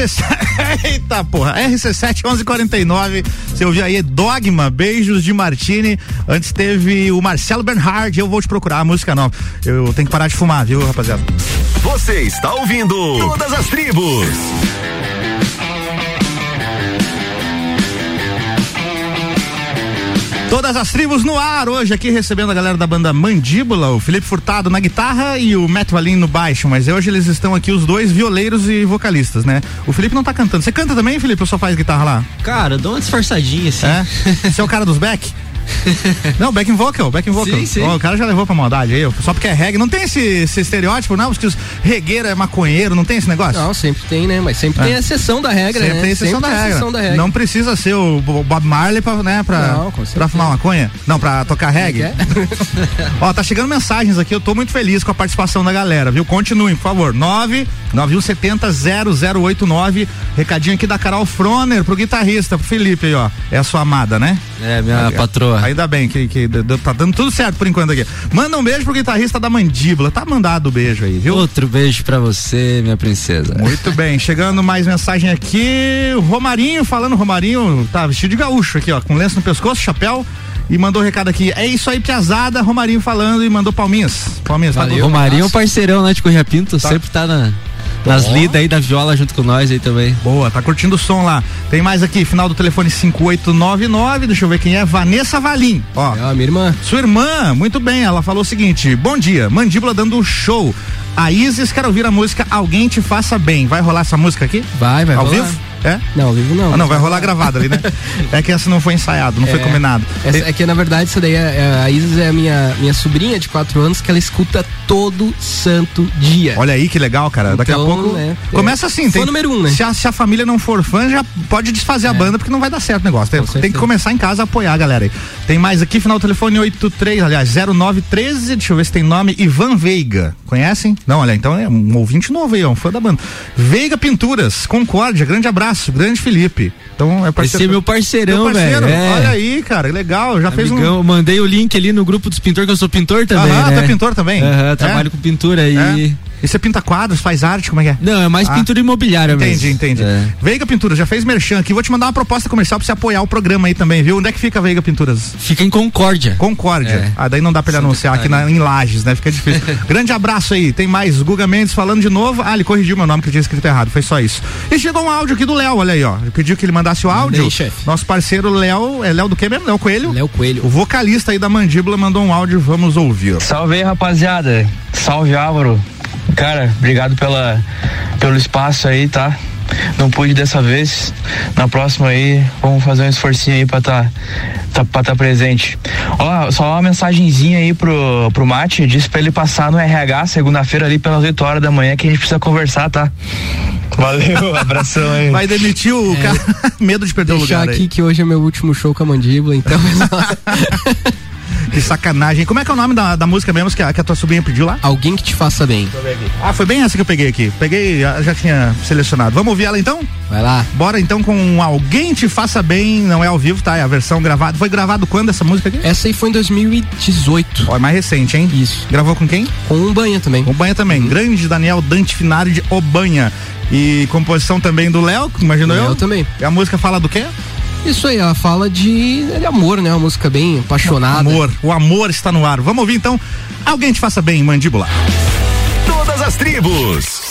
C sete. Eita porra, R C sete onze quarenta e nove. Você ouviu aí Dogma, Beijos de Martini. Antes teve o Marcelo Bernhard. Eu vou te procurar a música nova. Eu tenho que parar de fumar, viu, rapaziada? Você está ouvindo Todas as Tribos. Todas as tribos no ar, hoje aqui recebendo a galera da banda Mandíbula, o Felipe Furtado na guitarra e o Matt Valim no baixo, mas hoje eles estão aqui os dois violeiros e vocalistas, né? O Felipe não tá cantando. Você canta também, Felipe, ou só faz guitarra lá? Cara, dá uma disfarçadinha assim. É? Você é o cara dos back? Não, backing vocal, backing vocal. Sim, sim. Oh, o cara já levou pra maldade aí, só porque é reggae. Não tem esse, esse estereótipo, não? Porque os regueiro é maconheiro, não tem esse negócio? Não, sempre tem, né? Mas sempre é. tem a exceção da regra, sempre né? tem a exceção, sempre da, tem regra. exceção da regra. Não precisa ser o Bob Marley pra, né, pra, não, pra fumar maconha. Não, pra tocar reggae. É? Ó, tá chegando mensagens aqui, eu tô muito feliz com a participação da galera, viu? Continuem, por favor. nove nove um sete zero zero zero oito nove. Recadinho aqui da Carol Froner pro guitarrista, pro Felipe aí, ó. É a sua amada, né? É, minha aí, patroa. Ainda bem que, que tá dando tudo certo por enquanto aqui. Manda um beijo pro guitarrista da Mandíbula. Tá mandado o beijo aí, viu? Outro beijo pra você, minha princesa. Muito bem, chegando mais mensagem aqui. O Romarinho, falando Romarinho, tá vestido de gaúcho aqui, ó, com lenço no pescoço, chapéu. E mandou um recado aqui, é isso aí, piazada, Romarinho falando e mandou palminhas. Palminhas, Valeu, tá Romarinho é um parceirão, né, de Correia Pinto, tá. Sempre tá na... Nas oh. lidas aí da viola junto com nós aí também. Boa, tá curtindo o som lá. Tem mais aqui, final do telefone cinco oito nove nove, deixa eu ver quem é, Vanessa Valim. Ó, é a minha irmã. Sua irmã, muito bem, ela falou o seguinte, bom dia, Mandíbula dando um show. A Isis quer ouvir a música Alguém Te Faça Bem. Vai rolar essa música aqui? Vai, vai Ao rolar. vivo? É? Não, ao vivo não. Ah, não, vai rolar gravado ali, né? É que essa não foi ensaiado, não é, foi combinado. Essa, é que na verdade essa daí, é, a Isis é a minha, minha sobrinha de quatro anos que ela escuta todo santo dia. Olha aí que legal, cara. Então, daqui a pouco é, começa assim. Fã número um, né? Se a, se a família não for fã, já pode desfazer é. a banda porque não vai dar certo o negócio. Tem, tem que começar em casa a apoiar a galera aí. Tem mais aqui, final do telefone oitenta e três, aliás, zero nove um três, deixa eu ver se tem nome, Ivan Veiga. Conhecem? Não, olha, então é um ouvinte novo aí, é um fã da banda. Veiga Pinturas, Concórdia, grande abraço, grande Felipe. Então é parceiro. Esse é meu parceirão, velho. É. Olha aí, cara, legal. Já Amigão, fez um. Eu mandei o link ali no grupo dos pintores, que eu sou pintor também. Ah, né? tá pintor também? Aham, trabalho é? com pintura aí. É. E você pinta quadros, faz arte, como é que é? Não, é mais ah, pintura imobiliária entendi, mesmo. Entendi, entendi. É. Veiga Pinturas, já fez merchan aqui, vou te mandar uma proposta comercial pra você apoiar o programa aí também, viu? Onde é que fica a Veiga Pinturas? Fica em Concórdia. Concórdia. É. Ah, daí não dá pra ele Santa anunciar aqui na, em Lages, né? Fica difícil. Grande abraço aí, tem mais Guga Mendes falando de novo. Ah, ele corrigiu meu nome que eu tinha escrito errado, foi só isso. E chegou um áudio aqui do Léo, olha aí, ó. Ele pediu que ele mandasse o áudio. Mandei, Nosso parceiro Léo, é Léo do que mesmo? Léo Coelho? Léo Coelho. O vocalista aí da Mandíbula mandou um áudio, vamos ouvir. Salve aí, rapaziada. Salve, Álvaro. Cara, obrigado pela, pelo espaço aí, tá? Não pude dessa vez. Na próxima aí, vamos fazer um esforcinho aí pra tá, tá, pra tá presente. Ó, só uma mensagenzinha aí pro, pro Mate, disse pra ele passar no R H segunda-feira ali pelas oito horas da manhã que a gente precisa conversar, tá? Valeu, abração aí. Vai demitir o é, cara, medo de perder o lugar aqui aí. Que hoje é meu último show com a Mandíbula, então... Que sacanagem. Como é que é o nome da, da música mesmo que a, que a tua sobrinha pediu lá? Alguém que te faça bem. Ah, foi bem essa que eu peguei aqui. Peguei, já, já tinha selecionado. Vamos ouvir ela então? Vai lá. Bora então com Alguém Te Faça Bem, não é ao vivo, tá? É a versão gravada. Foi gravado quando essa música aqui? Essa aí foi em dois mil e dezoito. Ó, é mais recente, hein? Isso. Gravou com quem? Com o Banha também. Com o Banha também. Uhum. Grande Daniel Dante Finari de Obanha. E composição também do Léo, imagino eu. Léo também. E a música fala do quê? Isso aí, ela fala de, de amor, né? Uma música bem apaixonada. Amor, o amor está no ar. Vamos ouvir então Alguém Te Faça Bem, Mandíbula. Todas as tribos.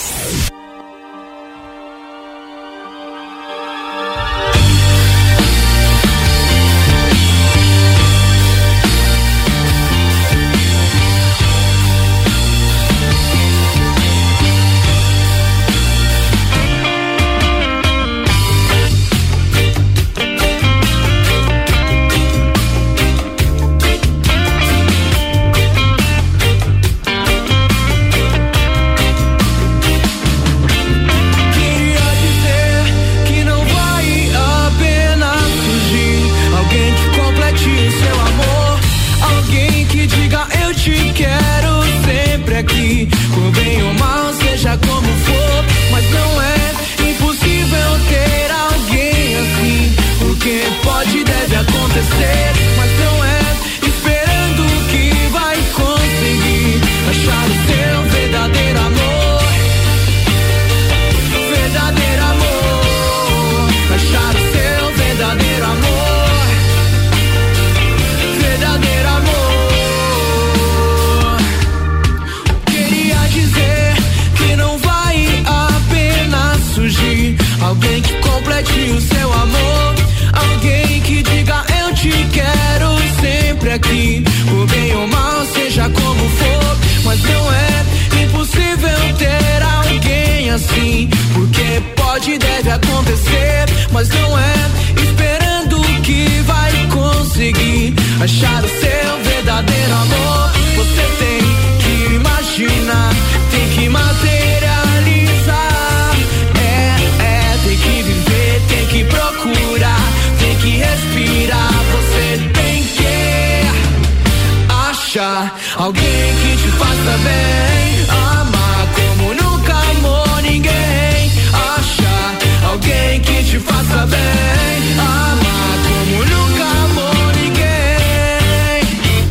pode e deve acontecer, mas não é esperando que vai conseguir achar o seu verdadeiro amor. Você tem que imaginar, tem que materializar. É, é, tem que viver, tem que procurar, tem que respirar. Você tem que achar alguém que te faça bem, amar como nunca amou ninguém. Achar alguém que te faça bem, amar como nunca amou ninguém.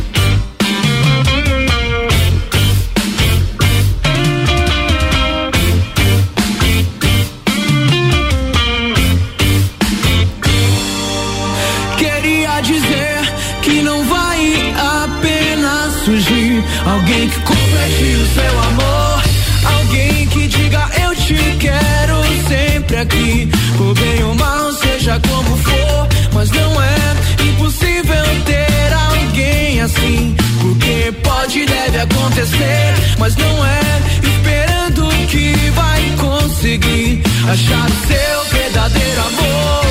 Queria dizer que não vai apenas surgir alguém que complete o seu amor, alguém que diga eu te quero sempre aqui, por bem ou mal, seja como for. Mas não é impossível ter alguém assim, porque pode e deve acontecer, mas não é esperando que vai conseguir achar o seu verdadeiro amor.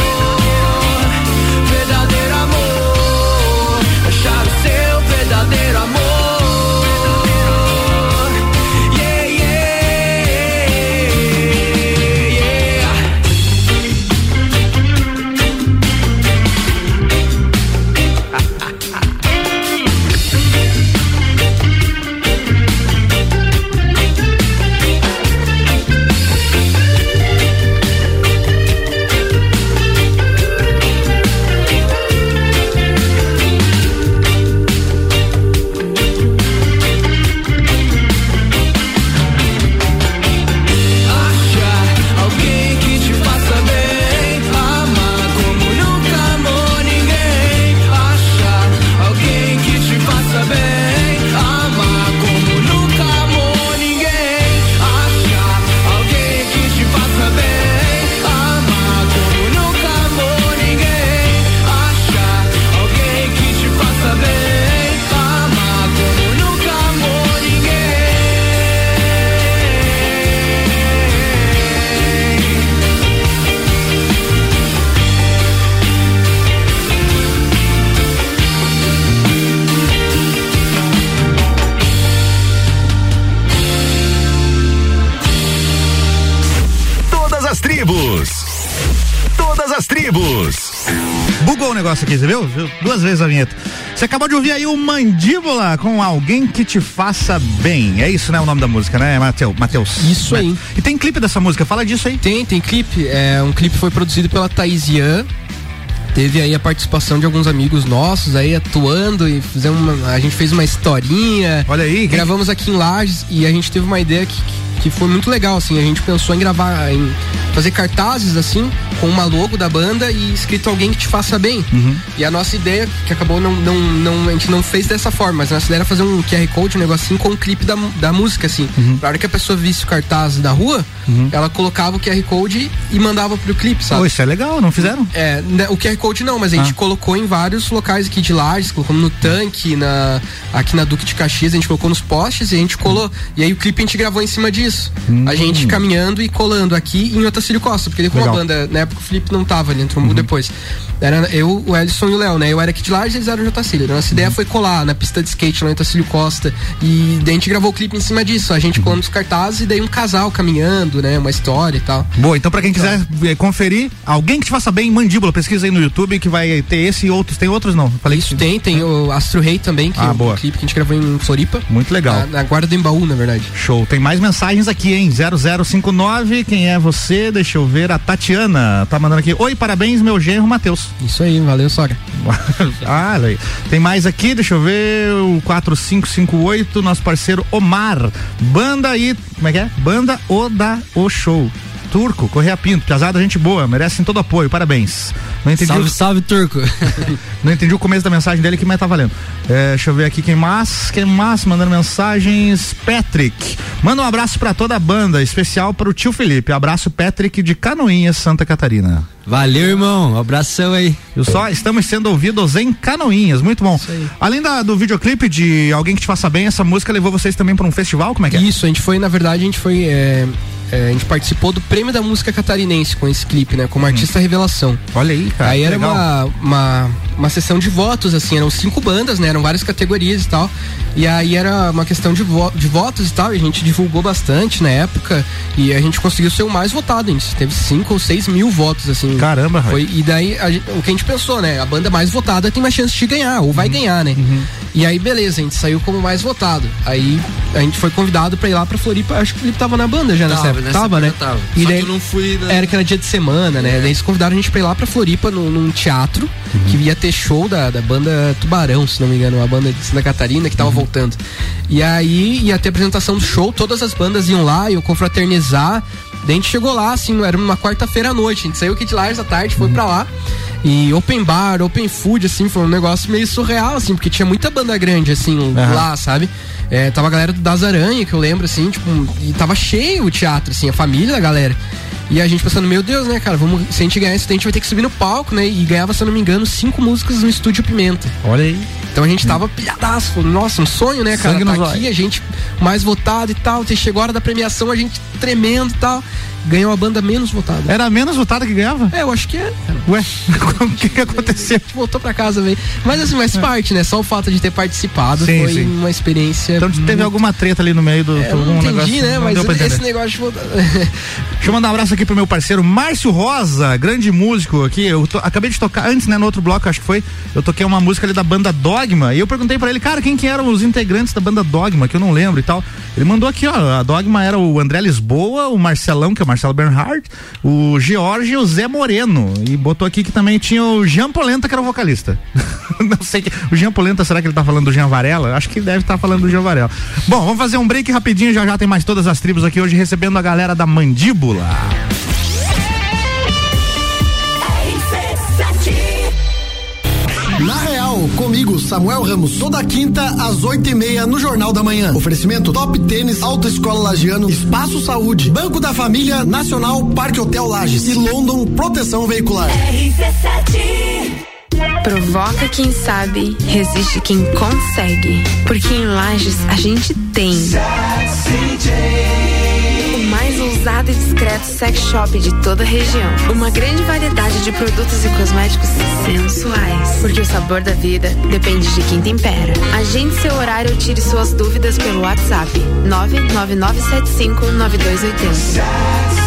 Verdadeiro amor, achar o seu verdadeiro amor. Yeah, yeah, yeah. Bugou o negócio aqui, você viu? viu? Duas vezes a vinheta. Você acabou de ouvir aí o Mandíbula com Alguém que Te Faça Bem. É isso, né? O nome da música, né, Mateus? Mateus. Isso aí. E tem clipe dessa música, fala disso aí. Tem, tem clipe. É, um clipe foi produzido pela Thaís Ian. Teve aí a participação de alguns amigos nossos aí atuando e fizemos uma, a gente fez uma historinha. Olha aí. Gravamos aqui em Lages e a gente teve uma ideia que, que foi muito legal, assim. A gente pensou em gravar, em fazer cartazes, assim, com uma logo da banda e escrito Alguém que Te Faça Bem. Uhum. E a nossa ideia, que acabou não, não, não, a gente não fez dessa forma, mas a nossa ideia era fazer um Q R Code, um negocinho com um clipe da, da música, assim. Uhum. Pra hora que a pessoa visse o cartaz da rua, uhum. ela colocava o Q R Code e mandava pro clipe, sabe? Oh, isso é legal, não fizeram? É, o Q R Code não, mas a gente ah. colocou em vários locais aqui de Lages, colocamos no tanque, na, aqui na Duque de Caxias, a gente colocou nos postes e a gente colou. Uhum. E aí o clipe a gente gravou em cima disso. Uhum. A gente caminhando e colando aqui em Otacílio Costa, porque ele com a banda, na época o Felipe não tava, ele entrou um pouco uhum. depois. Era eu, o Ellison e o Léo, né? Eu era aqui de Lages e eles eram de Otacílio. Nossa uhum. ideia foi colar na pista de skate lá em Otacílio Costa e daí a gente gravou o clipe em cima disso, a gente uhum. colando os cartazes e daí um casal caminhando, né? Uma história e tal. Boa, então pra quem quiser então, conferir, Alguém que Te Faça Bem, Mandíbula, pesquisa aí no YouTube que vai ter esse e outros, tem outros não? Falei isso, que... tem, tem é. o Astro Rei também, que ah, é um boa. clipe que a gente gravou em Floripa. Muito legal. Na, na Guarda do Embaú, na verdade. Show, tem mais mensagens aqui, hein? zero zero cinco nove, quem é você? Deixa eu ver, a Tatiana tá mandando aqui, oi, parabéns, meu genro Matheus. Isso aí, valeu, sogra. Ah, aí. Tem mais aqui, deixa eu ver, o quatro cinco cinco oito, nosso parceiro Omar, banda aí, como é que é? Banda Oda O Show. Turco, Correia Pinto, pesada, gente boa, merecem todo apoio, parabéns. Não entendi. Salve, o... salve, Turco. Não entendi o começo da mensagem dele, que mais tá valendo. É, deixa eu ver aqui quem mais, quem mais mandando mensagens. Patrick, manda um abraço pra toda a banda, especial pro tio Felipe. Abraço, Patrick, de Canoinhas, Santa Catarina. Valeu, irmão, um abração aí. Eu só estamos sendo ouvidos em Canoinhas, muito bom. Além da, do videoclipe de Alguém que Te Faça Bem, essa música levou vocês também pra um festival, como é que é? Isso, a gente foi, na verdade, a gente foi... É... é, a gente participou do Prêmio da Música Catarinense com esse clipe, né? Como artista revelação. Olha aí, cara. Aí era legal. uma, uma, uma sessão de votos, assim, eram cinco bandas, né? Eram várias categorias e tal. E aí era uma questão de, vo de votos e tal, e a gente divulgou bastante na época, e a gente conseguiu ser o mais votado, a gente teve cinco ou seis mil votos, assim. Caramba, foi. E daí, a gente, o que a gente pensou, né? A banda mais votada tem mais chance de ganhar, ou vai uhum. ganhar, né? Uhum. E aí, beleza, a gente saiu como mais votado. Aí a gente foi convidado pra ir lá pra Floripa. Acho que o Felipe tava na banda já nessa tava, época. Nessa tava, né? Tava. E Só daí, que eu não fui. Na... Era que era dia de semana, né? É. Daí eles convidaram a gente pra ir lá pra Floripa num, num teatro uhum. que ia ter show da, da banda Tubarão, se não me engano, uma banda de Santa Catarina que tava uhum. voltando. E aí ia ter apresentação do show, todas as bandas iam lá, iam confraternizar. Daí a gente chegou lá, assim, era uma quarta-feira à noite. A gente saiu aqui de Lages à tarde, foi uhum. pra lá. E open bar, open food, assim, foi um negócio meio surreal, assim, porque tinha muita banda grande, assim, uhum. lá, sabe? É, tava a galera do Das Aranha, que eu lembro, assim, tipo, e tava cheio o teatro, assim, a família da galera. E a gente pensando, meu Deus, né, cara, vamos, se a gente ganhar isso, a gente vai ter que subir no palco, né? E ganhava, se eu não me engano, cinco músicas no Estúdio Pimenta. Olha aí. Então a gente tava pilhadaço, falando, nossa, um sonho, né, cara? Sangue tá aqui, a gente mais votado e tal. Chegou a hora da premiação, a gente tremendo e tal. Ganhou a banda menos votada. Era a menos votada que ganhava? É, eu acho que é. Cara. Ué, o que que aconteceu? A gente voltou pra casa, velho. Mas assim, faz é. parte, né? Só o fato de ter participado sim, foi sim. uma experiência. Então teve muito... alguma treta ali no meio do. É, eu não entendi, negócio, né? Não mas esse negócio de votar. Deixa eu mandar um abraço aqui pro meu parceiro Márcio Rosa, grande músico aqui. Eu to... acabei de tocar antes, né? No outro bloco, acho que foi. Eu toquei uma música ali da banda Dogma. E eu perguntei pra ele, cara, quem que eram os integrantes da banda Dogma, que eu não lembro e tal. Ele mandou aqui, ó. A Dogma era o André Lisboa, o Marcelão, que é o Marcelo Bernhard, o George e o Zé Moreno. E botou aqui que também tinha o Jean Polenta, que era o vocalista. Não sei que. O Jean Polenta, será que ele tá falando do Jean Varela? Acho que deve estar tá falando do Jean Varela. Bom, vamos fazer um break rapidinho, já já tem mais todas as tribos aqui hoje, recebendo a galera da Mandíbula. Na Real, comigo, Samuel Ramos, toda quinta às oito e meia no Jornal da Manhã. Oferecimento Top Tênis, Autoescola Lagiano, Espaço Saúde, Banco da Família, Nacional, Parque Hotel Lages e London Proteção Veicular. R C sete. Provoca quem sabe, resiste quem consegue. Porque em Lages a gente tem o mais ousado e discreto sex shop de toda a região. Uma grande variedade de produtos e cosméticos sensuais. Porque o sabor da vida depende de quem tempera. Agende seu horário ou tire suas dúvidas pelo WhatsApp nove nove nove sete cinco nove dois oito zero.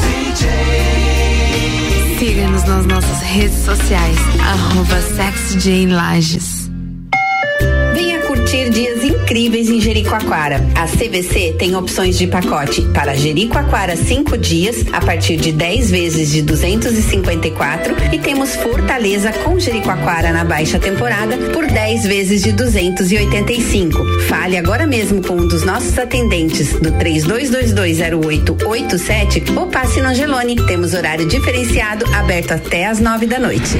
Siga-nos nas nossas redes sociais, arroba SexyJLages. Venha curtir dias incríveis em Jericoacoara. A C V C tem opções de pacote para Jericoacoara cinco dias a partir de dez vezes de duzentos e cinquenta e quatro e temos Fortaleza com Jericoacoara na baixa temporada por dez vezes de duzentos e oitenta e cinco. Fale agora mesmo com um dos nossos atendentes no três dois dois dois zero oito oito sete ou passe no Angelone. Temos horário diferenciado aberto até às nove da noite.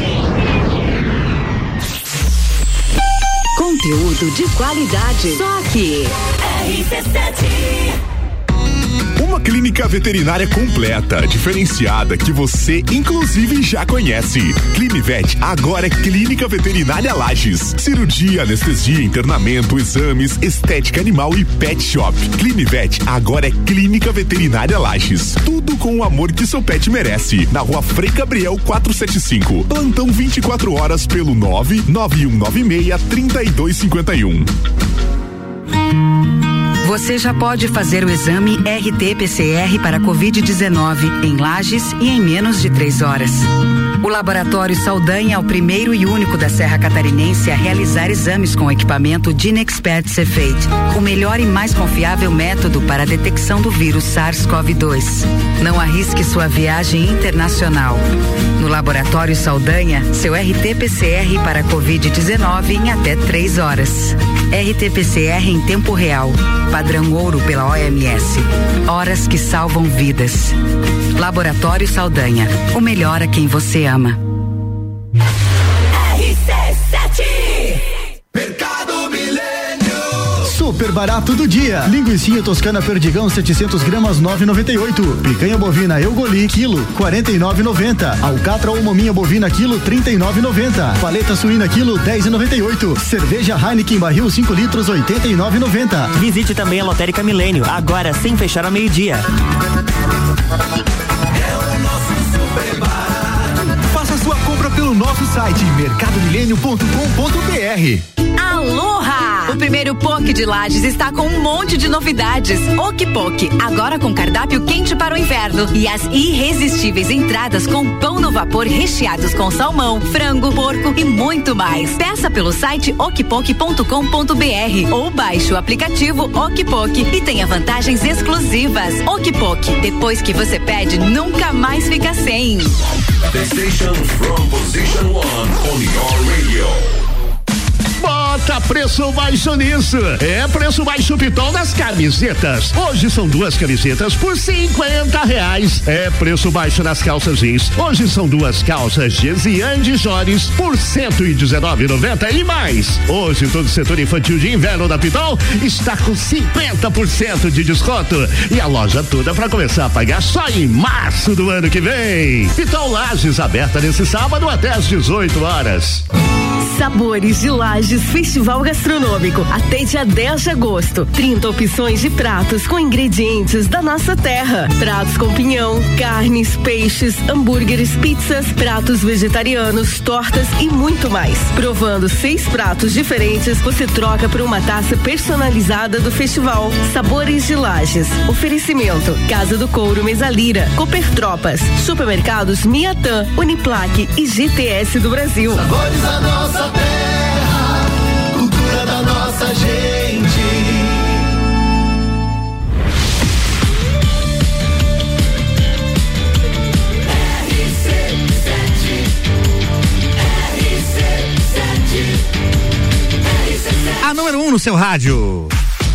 Conteúdo de qualidade. Só aqui. R C sete. Uma clínica veterinária completa, diferenciada, que você inclusive já conhece. Clinivet agora é Clínica Veterinária Lages. Cirurgia, anestesia, internamento, exames, estética animal e pet shop. Clinivet agora é Clínica Veterinária Lages. Tudo com o amor que seu pet merece. Na Rua Frei Gabriel quatrocentos e setenta e cinco. Plantão vinte e quatro horas pelo nove nove um nove seis, três dois cinco um. Você já pode fazer o exame R T P C R para covid dezenove em Lages e em menos de três horas. O Laboratório Saldanha é o primeiro e único da Serra Catarinense a realizar exames com equipamento Dinexpert Cefate, o melhor e mais confiável método para a detecção do vírus SARS-CoV dois. Não arrisque sua viagem internacional. No Laboratório Saldanha, seu R T P C R para covid dezenove em até três horas. R T P C R em tempo real. Padrão ouro pela O M S. Horas que salvam vidas. Laboratório Saldanha. O melhor a quem você ama. R C sete. Mercado Milênio. Super barato do dia. Linguicinha toscana Perdigão setecentos gramas nove e noventa e oito. Picanha bovina Eugoli quilo quarenta e nove e noventa. Alcatra ou mominha bovina quilo trinta e nove e noventa. Paleta suína quilo dez e noventa e oito. Cerveja Heineken barril cinco litros oitenta e nove e noventa. Visite também a Lotérica Milênio, agora sem fechar ao meio-dia. É o nosso super barato. Faça sua compra pelo nosso site mercado milênio ponto com ponto br. Aloha! O primeiro Poke de Lages está com um monte de novidades. Oki Poke, agora com cardápio quente para o inverno e as irresistíveis entradas com pão no vapor recheados com salmão, frango, porco e muito mais. Peça pelo site okipoke ponto com ponto br ou baixe o aplicativo Oki Poke e tenha vantagens exclusivas. Oki Poke, depois que você pede, nunca mais fica sem. The station from position one on your radio. Bota preço baixo nisso. É preço baixo Pitol nas camisetas. Hoje são duas camisetas por cinquenta reais. É preço baixo nas calças jeans. Hoje são duas calças jeans e Jores por cento e dezenove reais e noventa centavos e mais. Hoje todo o setor infantil de inverno da Pitol está com cinquenta por cento de desconto e a loja toda para começar a pagar só em março do ano que vem. Pitol Lages aberta nesse sábado até às dezoito horas. Sabores de Lages Festival Gastronômico, até dia dez de agosto. trinta opções de pratos com ingredientes da nossa terra. Pratos com pinhão, carnes, peixes, hambúrgueres, pizzas, pratos vegetarianos, tortas e muito mais. Provando seis pratos diferentes, você troca por uma taça personalizada do festival. Sabores de Lages. Oferecimento: Casa do Couro Mesalira, Cooper Tropas, Supermercados Miatã, Uniplaque e G T S do Brasil. Sabores da nossa terra, cultura da nossa gente. R C sete, R C sete, R C sete. A número um no seu rádio.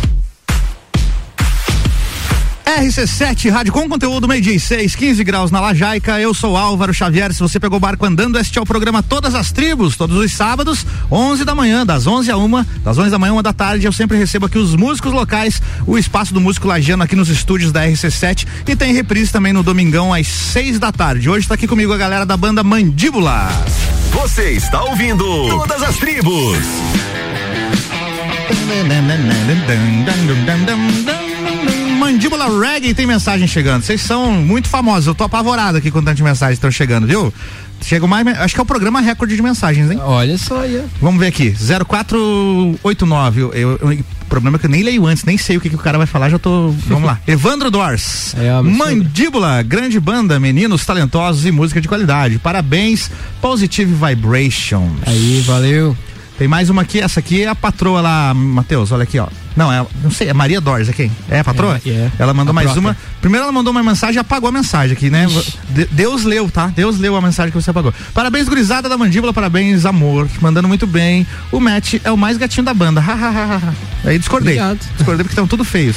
R C sete, rádio com conteúdo, meio-dia e seis, quinze graus na Lajaica. Eu sou Álvaro Xavier. Se você pegou o barco andando, este é o programa Todas as Tribos, todos os sábados, onze da manhã, das onze a uma, das onze da manhã, uma da tarde. Eu sempre recebo aqui os músicos locais, o espaço do músico lagiano aqui nos estúdios da R C sete, e tem reprise também no domingão às seis da tarde. Hoje tá aqui comigo a galera da banda Mandíbula. Você está ouvindo Todas as Tribos. Mandíbula Reggae tem mensagem chegando. Vocês são muito famosos. Eu tô apavorado aqui com tantas mensagens estão chegando, viu? Chega mais, acho que é o programa recorde de mensagens, hein? Olha só aí. Vamos ver aqui, zero quatro oito nove. Eu, eu, o problema é que eu nem leio antes, nem sei o que, que o cara vai falar, já tô. Vamos lá. Evandro Dors. É, Mandíbula, grande banda, meninos talentosos e música de qualidade. Parabéns, Positive Vibration. Aí, valeu. Tem mais uma aqui, essa aqui é a patroa lá, Matheus, olha aqui, ó. Não, é, não sei, é Maria Dors, é quem? É a patroa? É, é. Ela mandou a mais própria. uma. Primeiro ela mandou uma mensagem e apagou a mensagem aqui, né? De, Deus leu, tá? Deus leu a mensagem que você apagou. Parabéns, gurizada da Mandíbula, parabéns, amor. Mandando muito bem. O Matt é o mais gatinho da banda. Aí discordei. Obrigado. Discordei porque estão tudo feio.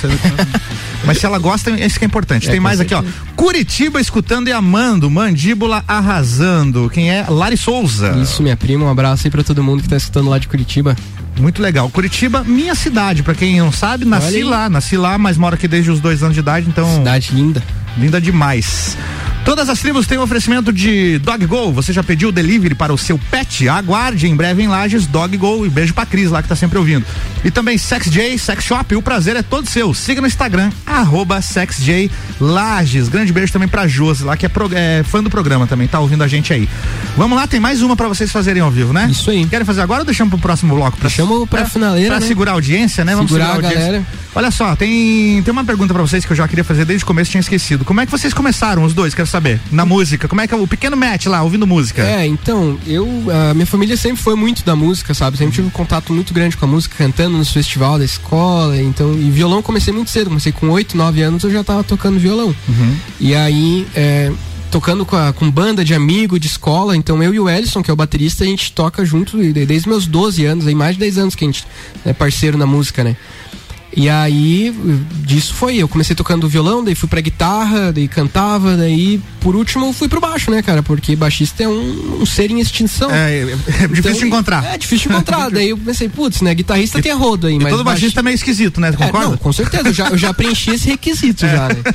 Mas se ela gosta, isso que é importante. É, Tem mais certeza. aqui, ó. Curitiba escutando e amando. Mandíbula arrasando. Quem é? Lari Souza. Isso, minha prima. Um abraço aí pra todo mundo que tá escutando lá de Curitiba. Muito legal. Curitiba, minha cidade, pra quem não sabe, nasci lá, nasci lá, mas moro aqui desde os dois anos de idade, então. Cidade linda. Linda demais. Todas as tribos têm um oferecimento de Dog Go. Você já pediu o delivery para o seu pet? Aguarde em breve em Lages, Dog Go. E beijo pra Cris lá que tá sempre ouvindo. E também Sex J, Sex Shop. O prazer é todo seu. Siga no Instagram, arroba Sex J Lages. Grande beijo também pra Josi lá, que é, pro, é fã do programa também, tá ouvindo a gente aí. Vamos lá, tem mais uma pra vocês fazerem ao vivo, né? Isso aí. Querem fazer agora ou deixamos pro próximo bloco? Pra, deixamos pra pra finaleira, Pra né? segurar a audiência, né? Vamos segurar, segurar a a audiência. galera. Olha só, tem, tem uma pergunta pra vocês que eu já queria fazer desde o começo, tinha esquecido. Como é que vocês começaram, os dois, quero saber? Na música, como é que é o pequeno Matt lá, ouvindo música? É, então, eu, a minha família sempre foi muito da música, sabe? Sempre tive um contato muito grande com a música, cantando nos festivais da escola, então, e violão eu comecei muito cedo, comecei com oito, nove anos, eu já tava tocando violão. Uhum. E aí, é, tocando com, a, com banda de amigo, de escola, então eu e o Ellison, que é o baterista, a gente toca junto desde meus doze anos, aí mais de dez anos que a gente é parceiro na música, né? E aí, disso foi, eu comecei tocando violão, daí fui pra guitarra, daí cantava, daí por último fui pro baixo, né, cara, porque baixista é um, um ser em extinção. É, é, é difícil então, de encontrar. É difícil de encontrar, daí eu pensei, putz, né, guitarrista tem a rodo aí, E mas todo baixista é meio esquisito, né, concorda? É, não, com certeza, eu já, eu já preenchi esse requisito já, né.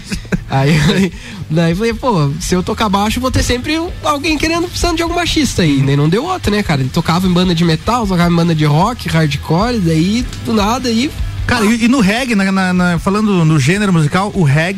Aí, daí falei, pô, se eu tocar baixo, vou ter sempre alguém querendo, precisando de algum baixista aí, daí não deu outra, né, cara, ele tocava em banda de metal, tocava em banda de rock, hardcore, daí do nada, aí Cara, e, e no reggae, na, na, na, falando no gênero musical, o reggae,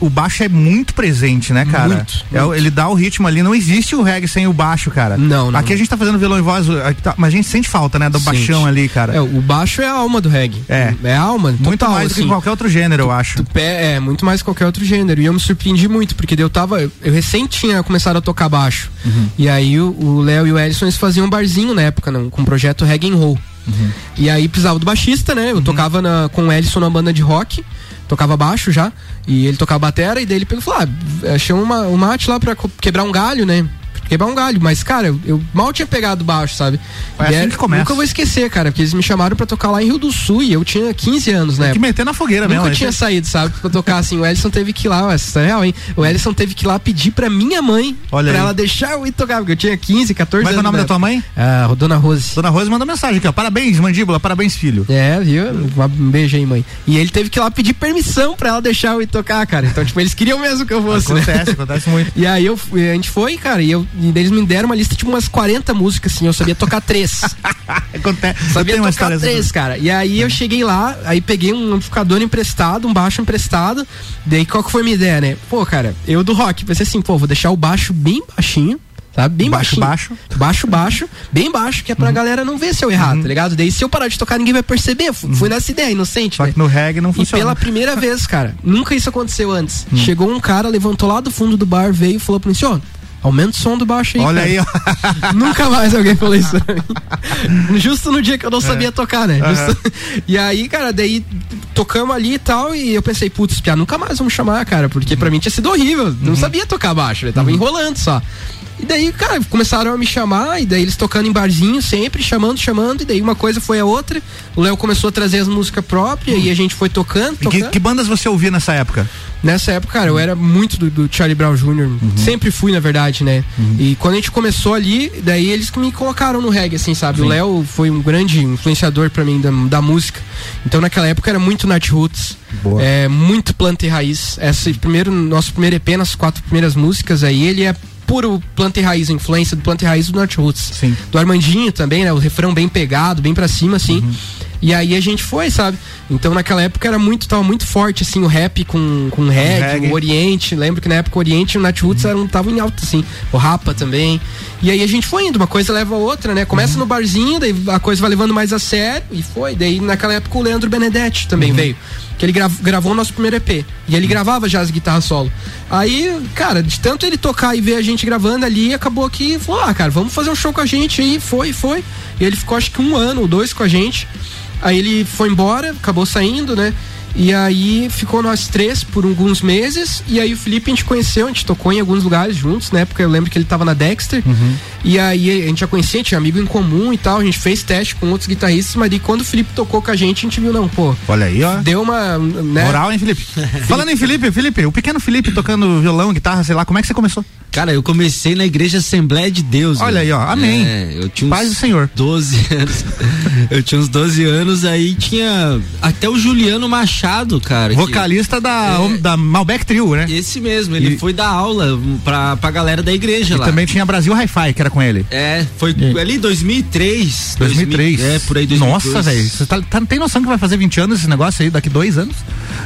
o baixo é muito presente, né, cara? Muito, é, muito. Ele dá o ritmo ali, não existe o reggae sem o baixo, cara. Não, não. Aqui não. a gente tá fazendo violão e voz, tá, mas a gente sente falta, né, do Sente. baixão ali, cara. É, o baixo é a alma do reggae. É. É a alma, total, muito mais do assim, que qualquer outro gênero, eu acho. Tu, tu, é, muito mais que qualquer outro gênero. E eu me surpreendi muito, porque eu tava, eu, eu recém tinha começado a tocar baixo. Uhum. E aí o Léo e o Ellison, eles faziam um barzinho na época, não, com o projeto Reggae and Roll. Uhum. E aí precisava do baixista, né? Eu uhum. tocava na, com o Ellison na banda de rock, tocava baixo já, e ele tocava batera, e daí ele falou, ah, achei uma, um mate lá pra quebrar um galho, né? Quebrar um galho, mas cara, eu, eu mal tinha pegado baixo, sabe? É assim que começa. Nunca vou esquecer, cara, porque eles me chamaram pra tocar lá em Rio do Sul e eu tinha quinze anos, né? Tem que meter na fogueira Nunca mesmo. Nunca tinha é saído, sabe? Pra tocar assim. O Ellison teve que ir lá, essa é real, hein? O Ellison teve que ir lá pedir pra minha mãe, Olha pra aí. ela deixar eu ir tocar, porque eu tinha quinze, catorze Mas anos. Qual é o nome da tua mãe? Ah, Dona Rose. Dona Rose mandou mensagem aqui, ó. Parabéns, mandíbula, parabéns, filho. É, viu? Um beijo aí, mãe. E ele teve que ir lá pedir permissão pra ela deixar eu ir tocar, cara. Então, tipo, eles queriam mesmo que eu fosse. Acontece, né? acontece muito. E aí eu, a gente foi, cara, e, eu, e eles me deram uma lista, tipo, umas quarenta músicas, assim, eu sabia tocar três. Acontece. Sabia uma tocar três, cara. E aí eu cheguei lá, aí peguei um amplificador emprestado, um baixo emprestado. Daí qual que foi a minha ideia, né? Pô, cara, eu do rock, pensei assim, pô, vou deixar o baixo bem baixinho, sabe? Bem baixo, baixinho. baixo. Baixo, baixo, bem baixo, que é pra uhum. galera não ver se eu errar, uhum. tá ligado? Daí se eu parar de tocar, ninguém vai perceber. F- uhum. Fui nessa ideia, inocente. Só né? que no reggae não funciona. E pela primeira vez, cara, nunca isso aconteceu antes. Uhum. Chegou um cara, levantou lá do fundo do bar, veio e falou pra mim assim, ó, aumenta o som do baixo aí. Olha cara. aí, ó. Nunca mais alguém falou isso pra mim. Justo no dia que eu não sabia é. tocar, né? Uhum. Justo... E aí, cara, daí tocamos ali e tal, e eu pensei, putz, Pia, nunca mais vamos chamar, cara, porque pra mim tinha sido horrível. Uhum. Não sabia tocar baixo, eu tava uhum. enrolando só. E daí, cara, começaram a me chamar, e daí eles tocando em barzinho sempre, chamando, chamando, e daí uma coisa foi a outra. O Léo começou a trazer as músicas próprias, uhum. e a gente foi tocando, tocando. Que, que bandas você ouvia nessa época? Nessa época, cara, eu era muito do, do Charlie Brown Júnior Uhum. Sempre fui, na verdade, né? Uhum. E quando a gente começou ali, daí eles me colocaram no reggae, assim, sabe? Sim. O Léo foi um grande influenciador pra mim da, da música. Então naquela época era muito Nat Roots, é, muito Planta e Raiz. Esse primeiro, nosso primeiro E P, nas quatro primeiras músicas aí, ele é puro Planta e Raiz, a influência do Planta e Raiz do Nat Roots. Sim. Do Armandinho também, né? O refrão bem pegado, bem pra cima, assim. Uhum. E aí a gente foi, sabe? Então naquela época era muito, tava muito forte, assim, o rap com, com reggae, reggae, o Oriente. Lembro que na época o Oriente e o Nat Roots eram, estavam em alta, assim. O Rapa também. E aí a gente foi indo, uma coisa leva a outra, né? Começa uhum. no barzinho, daí a coisa vai levando mais a sério, e foi. Daí naquela época o Leandro Benedetti também uhum. veio. Que ele grav, gravou o nosso primeiro E P. E ele gravava já as guitarras solo. Aí, cara, de tanto ele tocar e ver a gente gravando ali, acabou que falou, ah, cara, vamos fazer um show com a gente aí. Foi, foi. E ele ficou acho que um ano ou dois com a gente. Aí ele foi embora, acabou saindo, né? E aí ficou nós três por alguns meses. E aí o Felipe a gente conheceu, a gente tocou em alguns lugares juntos, na época eu lembro que ele tava na Dexter. Uhum. E aí a gente já conhecia, tinha amigo em comum e tal. A gente fez teste com outros guitarristas, mas aí quando o Felipe tocou com a gente, a gente viu, não, pô. Olha aí, ó. Deu uma. Né? Moral, hein, Felipe? Falando em Felipe, Felipe, o pequeno Felipe tocando violão, guitarra, sei lá, como é que você começou? Cara, eu comecei na Igreja Assembleia de Deus. Olha aí, ó, amém. É, eu tinha uns Paz do Senhor. doze anos. Eu tinha uns doze anos, aí tinha até o Juliano Machado, cara. Vocalista que, da, é, da Malbec Trio, né? Esse mesmo, ele e, foi dar aula pra, pra galera da igreja e lá. Também tinha Brasil Hi-Fi, que era com ele. É, foi e. ali em dois mil e três. dois mil e três. É, por aí dois mil e dois. Nossa, velho, você tá, tá, tem noção que vai fazer vinte anos esse negócio aí, daqui dois anos?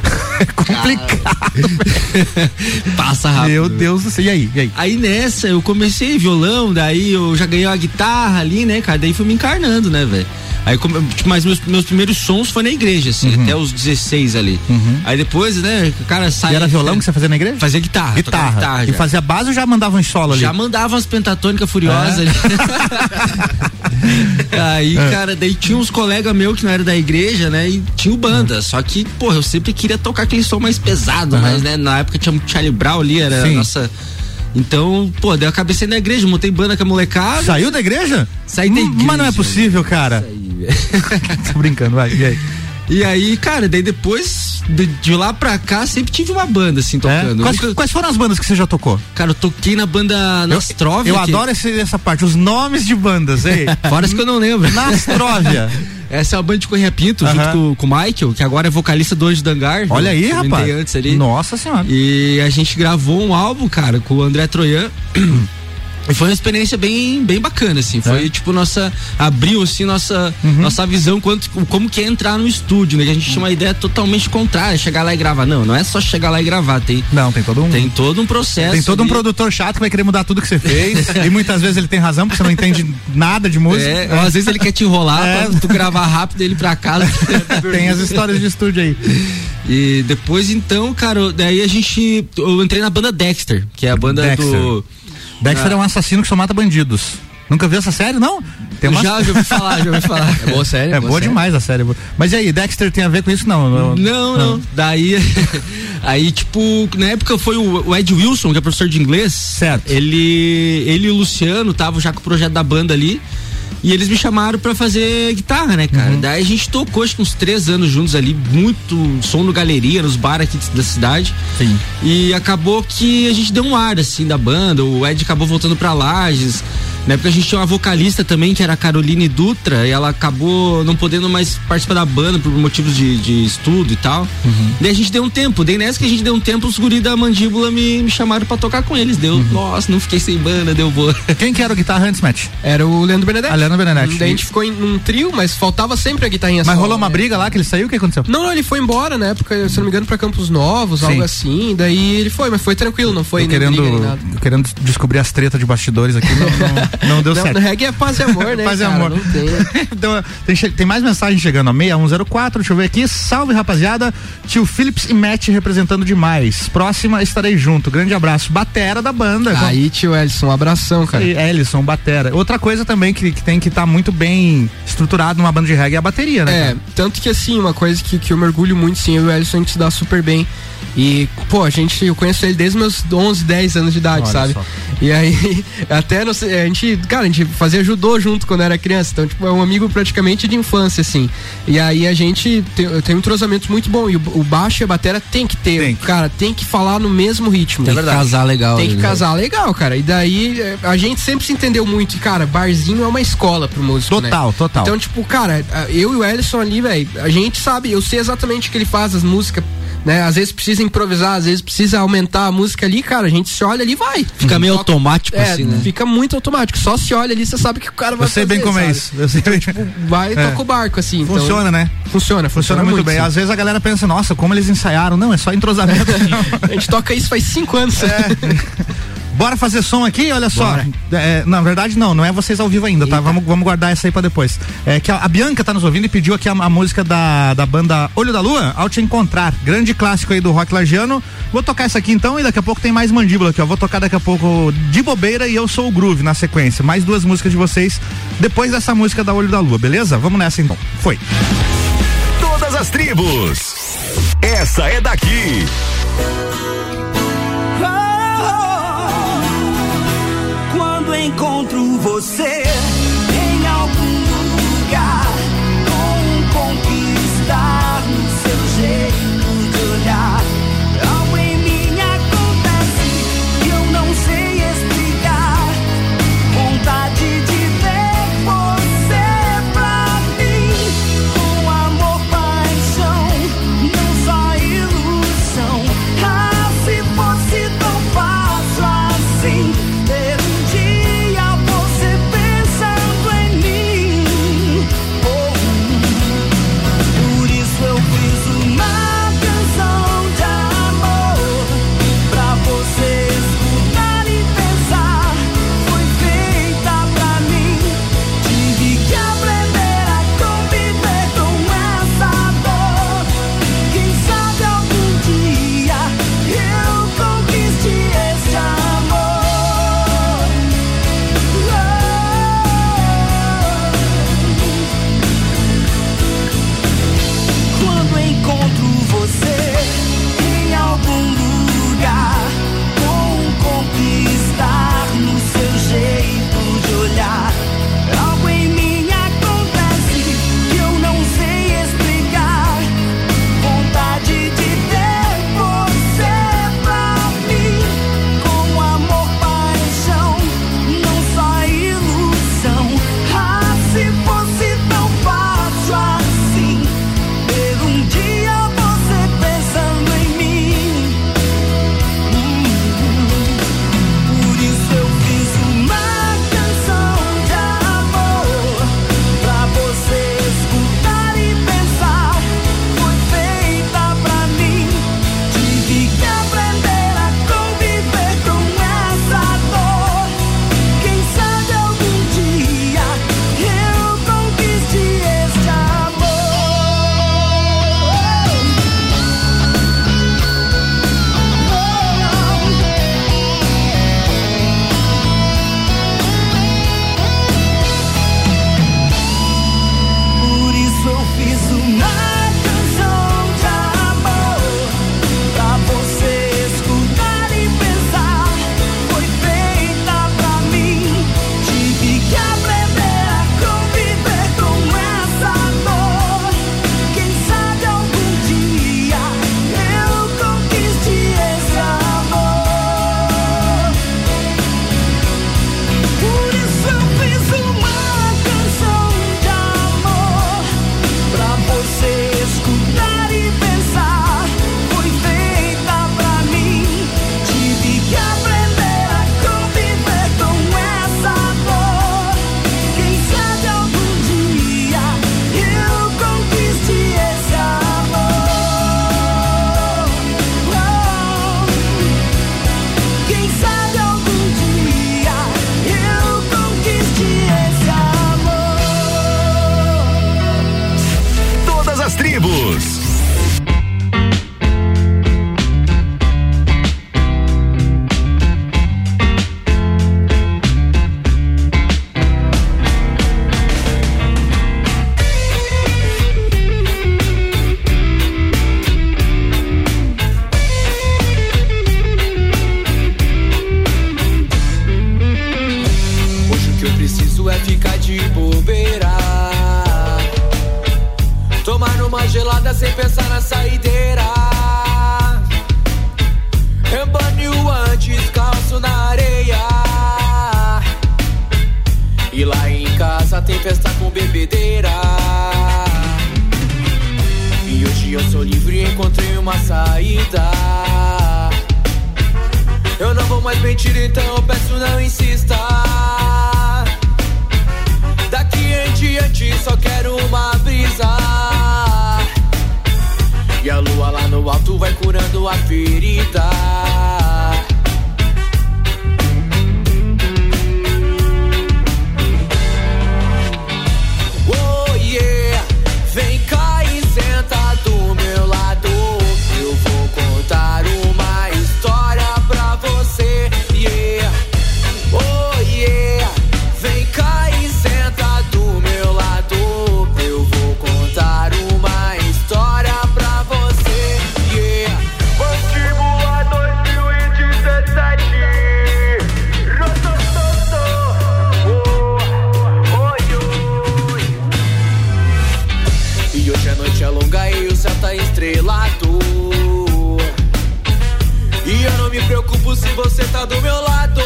É complicado. Passa rápido. Meu Deus do céu, e aí, e aí? Aí nessa, eu comecei violão, daí eu já ganhei uma guitarra ali, né, cara, daí fui me encarnando, né, velho. Aí, tipo, mas meus, meus primeiros sons foi na igreja, assim, uhum. até os dezesseis ali. Uhum. Aí depois, né, o cara sai. E era violão que você fazia na igreja? Fazia guitarra. Guitarra. guitarra e fazia base ou já mandava um solo ali? Já mandava umas pentatônicas furiosas é? ali. Aí, é. cara, daí tinha uns colegas meus que não eram da igreja, né, e tinha banda. Uhum. Só que, porra, eu sempre queria tocar aquele som mais pesado, uhum. mas, né, na época tinha um Charlie Brown ali, era Sim. a nossa. Então, pô, daí eu acabei saindo da igreja, montei banda com a molecada. Saiu da igreja? Saí da igreja. Mas não é possível, cara. Saí, tô brincando, vai, e aí? E aí, cara, daí depois, de, de lá pra cá, sempre tive uma banda, assim, tocando. É? Quais, nunca... quais foram as bandas que você já tocou? Cara, eu toquei na banda Nastróvia. Eu, eu que... adoro esse, essa parte, os nomes de bandas, hein? Fora as que eu não lembro. Nastróvia. Essa é a banda de Correia Pinto, uh-huh. junto com, com o Michael, que agora é vocalista do Anjo Dangar. Olha aí, rapaz. Antes ali. Nossa senhora. E a gente gravou um álbum, cara, com o André Troian. E foi uma experiência bem, bem bacana, assim. Foi é. tipo nossa. Abriu assim nossa, uhum. nossa visão quanto, como que é entrar no estúdio, né? Que a gente tinha uma ideia totalmente contrária, chegar lá e gravar. Não, não é só chegar lá e gravar. Tem, não, tem todo um. Tem todo um processo. Tem todo ali. Um produtor chato que vai querer mudar tudo que você fez. E muitas vezes ele tem razão, porque você não entende nada de música. É, ou às vezes ele quer te enrolar é. pra tu gravar rápido ele pra casa. Tem as histórias de estúdio aí. E depois, então, cara, daí a gente. Eu entrei na banda Dexter, que é a banda Dexter. do. Dexter ah. é um assassino que só mata bandidos. Nunca viu essa série, não? Tem uma... Já, já ouvi falar, já ouvi falar. É boa série? É boa, boa série. Demais a série. Mas e aí, Dexter tem a ver com isso? Não, não. Não, não. não. Daí, aí, tipo, na época foi o, o Ed Wilson, que é professor de inglês. Certo. Ele, ele e o Luciano estavam já com o projeto da banda ali. E eles me chamaram pra fazer guitarra, né, cara? Uhum. Daí a gente tocou, acho que uns três anos juntos ali, muito som no galeria, nos bares aqui da cidade. Sim. E acabou que a gente deu um ar, assim, da banda. O Ed acabou voltando pra Lages. Na época a gente tinha uma vocalista também, que era a Caroline Dutra, e ela acabou não podendo mais participar da banda por motivos de, de estudo e tal. Uhum. Daí a gente deu um tempo, daí nessa que a gente deu um tempo, os guris da Mandíbula me, me chamaram pra tocar com eles. Deu, uhum. nossa, não fiquei sem banda, deu boa. Quem que era o guitarra antes, Matt? Era o Leandro Benedetti. A Leandro Benedetti. Daí a gente ficou em um trio, mas faltava sempre a guitarrinha Mas solo, rolou uma né? briga lá, que ele saiu, o que aconteceu? Não, não, ele foi embora na época, se não me engano, pra Campos Novos, Sim. algo assim, daí ele foi, mas foi tranquilo, não foi nem querendo, briga, nem nada. Querendo descobrir as tretas de bastidores aqui, não, não, não deu não, certo. No reggae é paz e amor, né, Paz e cara? amor. Não tem. Então, tem, tem mais mensagem chegando, ó, seis um zero quatro, deixa eu ver aqui, salve rapaziada, tio Philips e Matt representando demais, próxima estarei junto, grande abraço, batera da banda. Aí, tio Ellison, um abração, cara. E Ellison, batera. Outra coisa também que, que tem que estar tá muito bem estruturado numa banda de reggae é a bateria, né? É, cara? Tanto que assim, uma coisa que, que eu mergulho muito, sim, eu e o Ellison, a gente se dá super bem. E, pô, a gente, eu conheço ele desde meus onze, dez anos de idade, Olha sabe? Só. E aí, até, não sei, a gente, cara, a gente fazia judô junto quando era criança, então, tipo, é um amigo praticamente de infância, assim. E aí a gente tem, tem um entrosamento muito bom, e o, o baixo e a batera tem que ter, tem. cara, tem que falar no mesmo ritmo. Tem é que casar legal. Tem que né? casar legal, cara. E daí, a gente sempre se entendeu muito, e, cara, barzinho é uma escola pro músico, Total, né? total. Então, tipo, cara, eu e o Ellison ali, velho, a gente sabe, eu sei exatamente o que ele faz, as músicas, né? Às vezes precisa improvisar, às vezes precisa aumentar a música ali, cara, a gente se olha ali e vai. Fica meio toca, automático é, assim, né? Fica muito automático, só se olha ali, você sabe que o cara vai eu sei fazer, bem como sabe? é isso. Eu sei então, bem. tipo, vai e é. toca o barco, assim. Funciona, então, né? Funciona, funciona, funciona muito, muito bem. Sim. Às vezes a galera pensa, nossa, como eles ensaiaram. Não, é só entrosamento. A gente toca isso faz cinco anos. É. Bora fazer som aqui, olha só. É, na verdade, não, não é vocês ao vivo ainda, Eita. tá? Vamos, vamos guardar essa aí pra depois. É que a, a Bianca tá nos ouvindo e pediu aqui a, a música da, da banda Olho da Lua, Ao Te Encontrar. Grande clássico aí do rock lagiano. Vou tocar essa aqui então e daqui a pouco tem mais Mandíbula aqui, ó. Vou tocar daqui a pouco De Bobeira e Eu Sou o Groove na sequência. Mais duas músicas de vocês depois dessa música da Olho da Lua, beleza? Vamos nessa então. Foi. Todas as tribos. Essa é daqui. Encontro você em algum lugar, com conquistar no seu jeito de olhar. Algo em mim acontece que eu não sei explicar. Vontade de ver você pra mim, com amor, paixão, não só ilusão. Ah, se fosse tão fácil assim. Tribos. Gelada sem pensar na saideira. Eu banho antes, calço na areia. E lá em casa tem festa com bebedeira. E hoje eu sou livre e encontrei uma saída. Eu não vou mais mentir, então eu peço não insista. Daqui em diante só quero uma brisa. E a lua lá no alto vai curando a ferida. Oh yeah, vem cá e senta do meu lado. Eu vou contar uma história pra você. Yeah, oh yeah, vem cá e senta do meu lado. Eu vou contar uma história pra você. Yeah, vestibular dois mil e dezessete. E hoje a noite é longa e o céu tá estrelado. E eu não me preocupo se você tá do meu lado.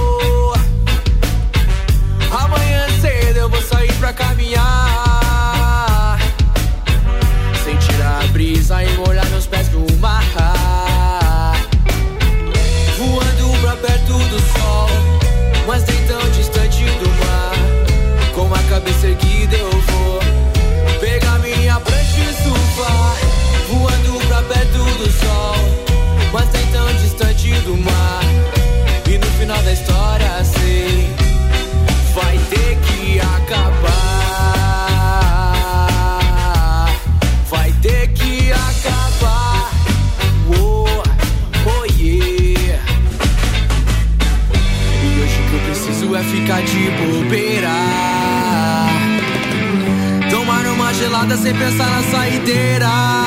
Amanhã cedo eu vou sair pra caminhar, sentir a brisa e molhar meus pés no mar. Voando pra perto do sol, mas nem tão distante do mar. Com a cabeça erguida eu vou pegar minha prancha e surfar. Voando pra perto do sol, mas nem tão distante do mar. E no final da história sei, vai ter que acabar. Vai ter que acabar. Oh, oh yeah. E hoje o que eu preciso é ficar de bobeira. Tomar uma gelada sem pensar na saideira.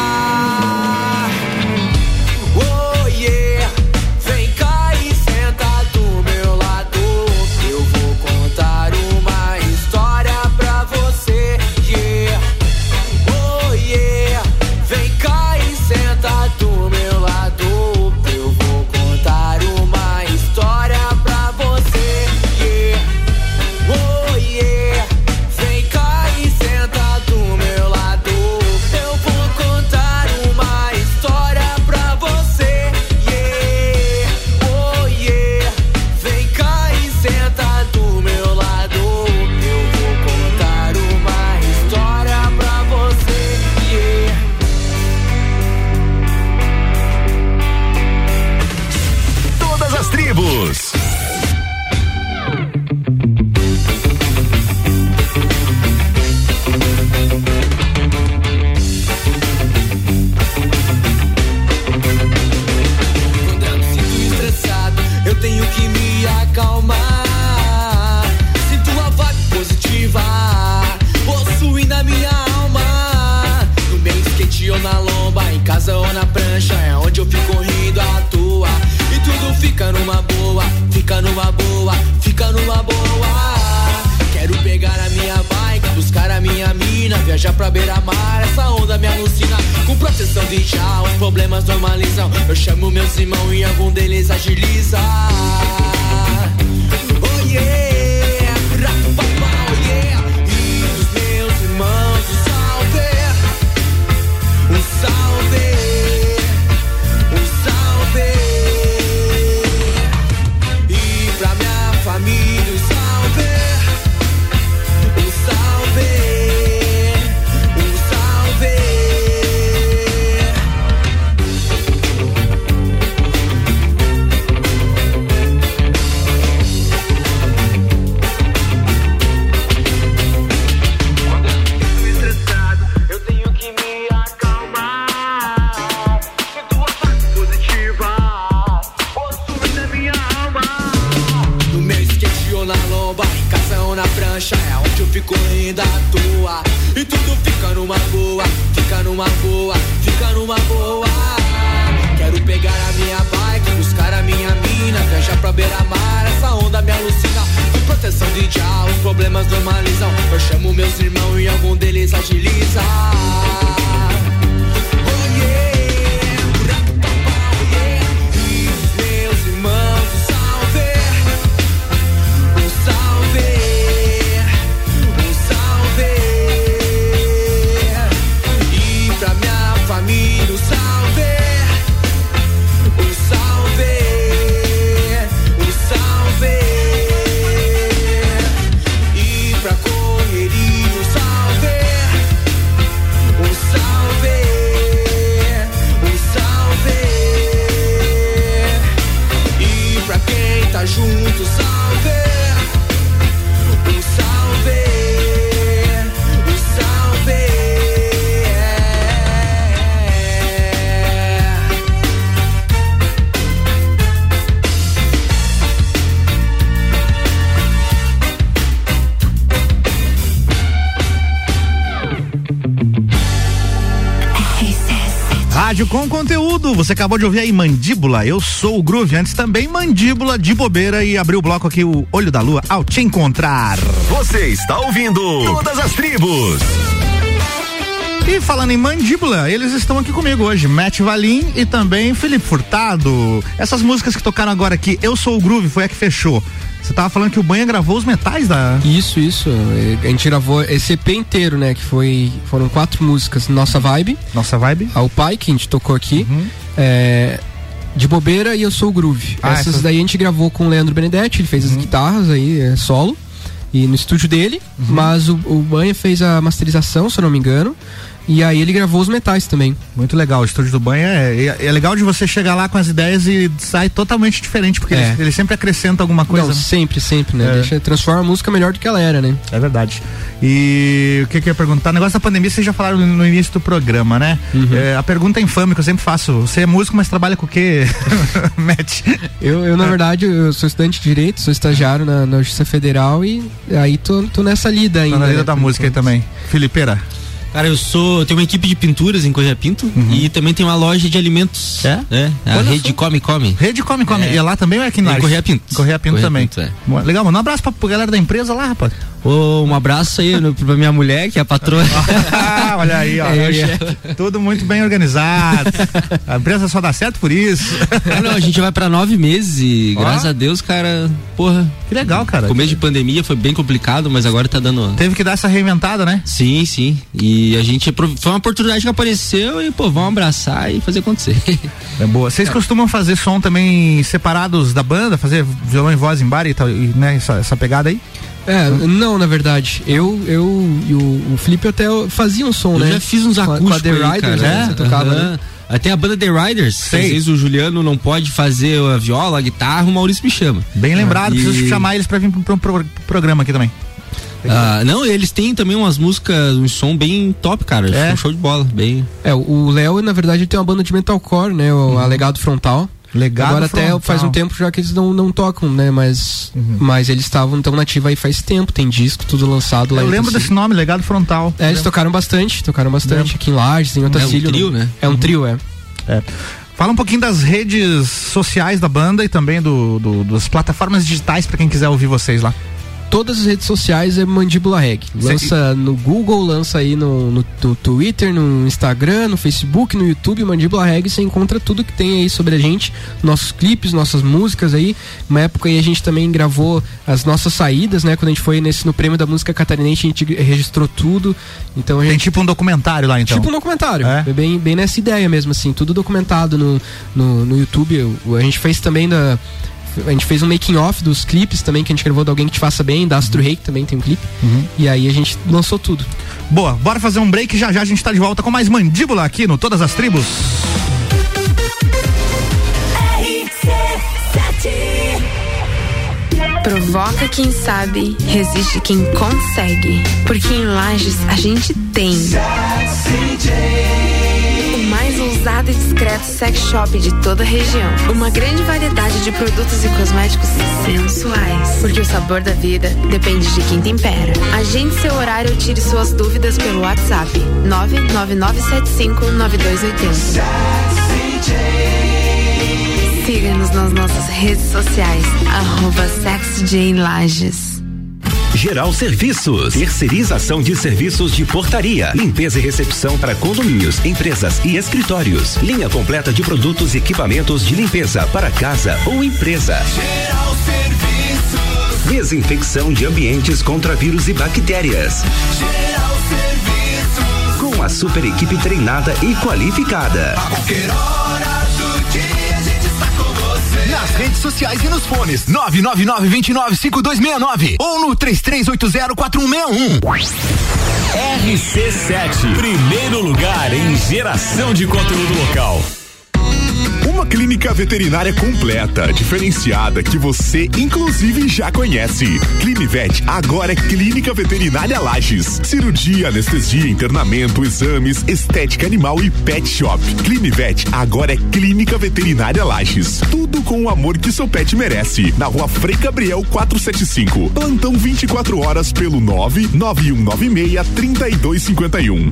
Oh yeah, vem cá e senta do meu lado. Eu vou contar uma história pra você. Yeah, oh yeah, vem cá e senta do meu lado. Eu vou contar uma história pra você. Yeah, oh yeah, vem cá e senta do meu lado. Eu vou contar uma história pra você. Yeah, oh yeah, vem cá e senta do meu lado. Eu vou contar uma história pra você. Yeah. Todas as tribos. Quando eu me sinto estressado, eu tenho que me acalmar. Sinto a vibe positiva possuindo a minha alma. No meio skate ou na lomba, em casa ou na prancha, é onde eu fico rindo à toa. E tudo fica numa boa, fica numa boa, fica numa boa. Quero pegar a minha bike, buscar a minha mina, viajar pra beira-mar, essa onda me alucina. Com proteção de já, os problemas normalizam. Eu chamo meus irmãos e algum deles agiliza. Oh yeah, rapapá, oh yeah. E os meus irmãos, um salve, um salve, um salve. E pra minha família, um salve, um salve, um salve. sorte eu fico rindo à toa. E tudo fica numa boa, fica numa boa, fica numa boa. Quero pegar a minha bike, buscar a minha mina, viajar pra beira-mar, essa onda me alucina. Com proteção de já, os problemas normalizam. Eu chamo meus irmãos e algum deles agiliza. Oh yeah. Junto, salve, um salve, um salve. Rádio com conteúdo, você acabou de ouvir aí Mandíbula, eu sou o Groove, antes também Mandíbula de bobeira e abriu o bloco aqui o Olho da Lua, Ao Te Encontrar. Você está ouvindo Todas as Tribos. E falando em Mandíbula, eles estão aqui comigo hoje, Matt Valim e também Felipe Furtado. Essas músicas que tocaram agora aqui, Eu Sou o Groove, foi a que fechou. Você tava falando que o Banha gravou os metais da... Isso, isso. A gente gravou esse E P inteiro, né? Que foi, foram quatro músicas. Nossa Vibe. Nossa Vibe. Ao Pai, que a gente tocou aqui. Uhum. É, de Bobeira e Eu Sou o Groove. Ah, essas essa... daí a gente gravou com o Leandro Benedetti, ele fez uhum. as guitarras aí, é, solo. E no estúdio dele. Uhum. Mas o, o Banha fez a masterização, se eu não me engano. E aí ele gravou os metais também. Muito legal, o estúdio do Banha é, é, é legal de você chegar lá com as ideias e sai totalmente diferente, porque é. ele, ele sempre acrescenta alguma coisa. Não, sempre, sempre, né? É. Deixa, transforma a música melhor do que ela era, né? É verdade. E o que, que eu ia perguntar? O negócio da pandemia, vocês já falaram no início do programa, né? Uhum. É, a pergunta infame que eu sempre faço, você é músico, mas trabalha com o quê, Matt? Eu, eu, na verdade, eu sou estudante de Direito, sou estagiário na, na Justiça Federal e aí tô, tô nessa lida ainda. Tô na lida né? da música aí também. Felipeira. Cara, eu sou. Eu tenho uma equipe de pinturas em Correia Pinto uhum. e também tem uma loja de alimentos. É? É. A Olha Rede só. Come Come. Rede Come Come. É. E lá também ou é aqui em Lages? Correia Pinto. Correia Pinto Correia também. Pinto, é. Legal, mano. Um abraço pra, pra galera da empresa lá, rapaz. Oh, um abraço aí no, pra minha mulher, que é a patroa. Ah, olha aí, ó. É, é. Tudo muito bem organizado. A empresa só dá certo por isso. Ah, não, a gente vai pra nove meses e Ó. graças a Deus, cara, porra. Que legal, cara. Começo de pandemia foi bem complicado, mas agora tá dando. Teve que dar essa reinventada, né? Sim, sim. E a gente. Foi uma oportunidade que apareceu e, pô, vamos abraçar e fazer acontecer. É boa. Vocês é. costumam fazer som também separados da banda? Fazer violão e voz em bar e tal, e, né? Essa, essa pegada aí? É, não, na verdade. Eu, eu e o, o Felipe até fazia um som, eu né? Já fiz uns acústicos com a The aí, Riders, cara. né? É? Você tocava, uhum. né? Até a banda The Riders. Às vezes o Juliano não pode fazer a viola, a guitarra, o Maurício me chama. Bem lembrado, e... preciso chamar eles pra vir pro, pro, pro programa aqui também. Ah, não, eles têm também umas músicas, um som bem top, cara. É. Um show de bola, bem. É, o Léo, na verdade, ele tem uma banda de metalcore, né? O uhum. Alegado Frontal. Legado Agora frontal. Até faz um tempo já que eles não, não tocam, né? Mas, uhum. mas eles estavam tão nativos aí faz tempo, tem disco, tudo lançado lá. Eu lembro desse nome, Legado Frontal. É, eles tocaram bastante, tocaram bastante lembro. aqui em Lages, em Otacílio. É um trio, né? É um uhum. trio, é. É. Fala um pouquinho das redes sociais da banda e também do, do, das plataformas digitais pra quem quiser ouvir vocês lá. Todas as redes sociais é Mandíbula Reg. Lança no Google, lança aí no, no, no Twitter, no Instagram, no Facebook, no YouTube, Mandíbula Reg, você encontra tudo que tem aí sobre a gente, nossos clipes, nossas músicas aí. Uma época aí a gente também gravou as nossas saídas, né? Quando a gente foi nesse, no Prêmio da Música Catarinense, a gente registrou tudo. Então a gente... Tem tipo um documentário lá, então? Tipo um documentário, é? é bem, bem nessa ideia mesmo, assim, tudo documentado no, no, no YouTube. A gente fez também da... A gente fez um making off dos clipes também, que a gente gravou de Alguém Que Te Faça Bem, da Astro Rei, que também tem um clipe. Uhum. E aí a gente lançou tudo. Boa, bora fazer um break, já já a gente tá de volta com mais Mandíbula aqui no Todas as Tribos. Provoca quem sabe, resiste quem consegue. Porque em Lages a gente tem o mais ousado ousado e discreto sex shop de toda a região. Uma grande variedade de produtos e cosméticos sensuais. Porque o sabor da vida depende de quem tempera. Agende seu horário ou tire suas dúvidas pelo WhatsApp nove nove nove sete cinco nove dois oito zero. Siga-nos nas nossas redes sociais, arroba SexyJLages. Geral Serviços, terceirização de serviços de portaria, limpeza e recepção para condomínios, empresas e escritórios. Linha completa de produtos e equipamentos de limpeza para casa ou empresa. Geral Serviços. Desinfecção de ambientes contra vírus e bactérias. Geral Serviços. Com a super equipe treinada e qualificada. A qualquer hora do dia a gente está com você. Nas redes sociais e nos fones nove nove nove, dois nove, cinco dois seis nove ou no três três oito zero, quatro um seis um. R C sete, primeiro lugar em geração de conteúdo local. Uma clínica veterinária completa, diferenciada, que você inclusive já conhece. Clinivet agora é Clínica Veterinária Lages. Cirurgia, anestesia, internamento, exames, estética animal e pet shop. Clinivet agora é Clínica Veterinária Lages. Tudo com o amor que seu pet merece. Na Rua Frei Gabriel quatrocentos e setenta e cinco. Plantão vinte e quatro horas pelo nove nove um nove seis, três dois cinco um.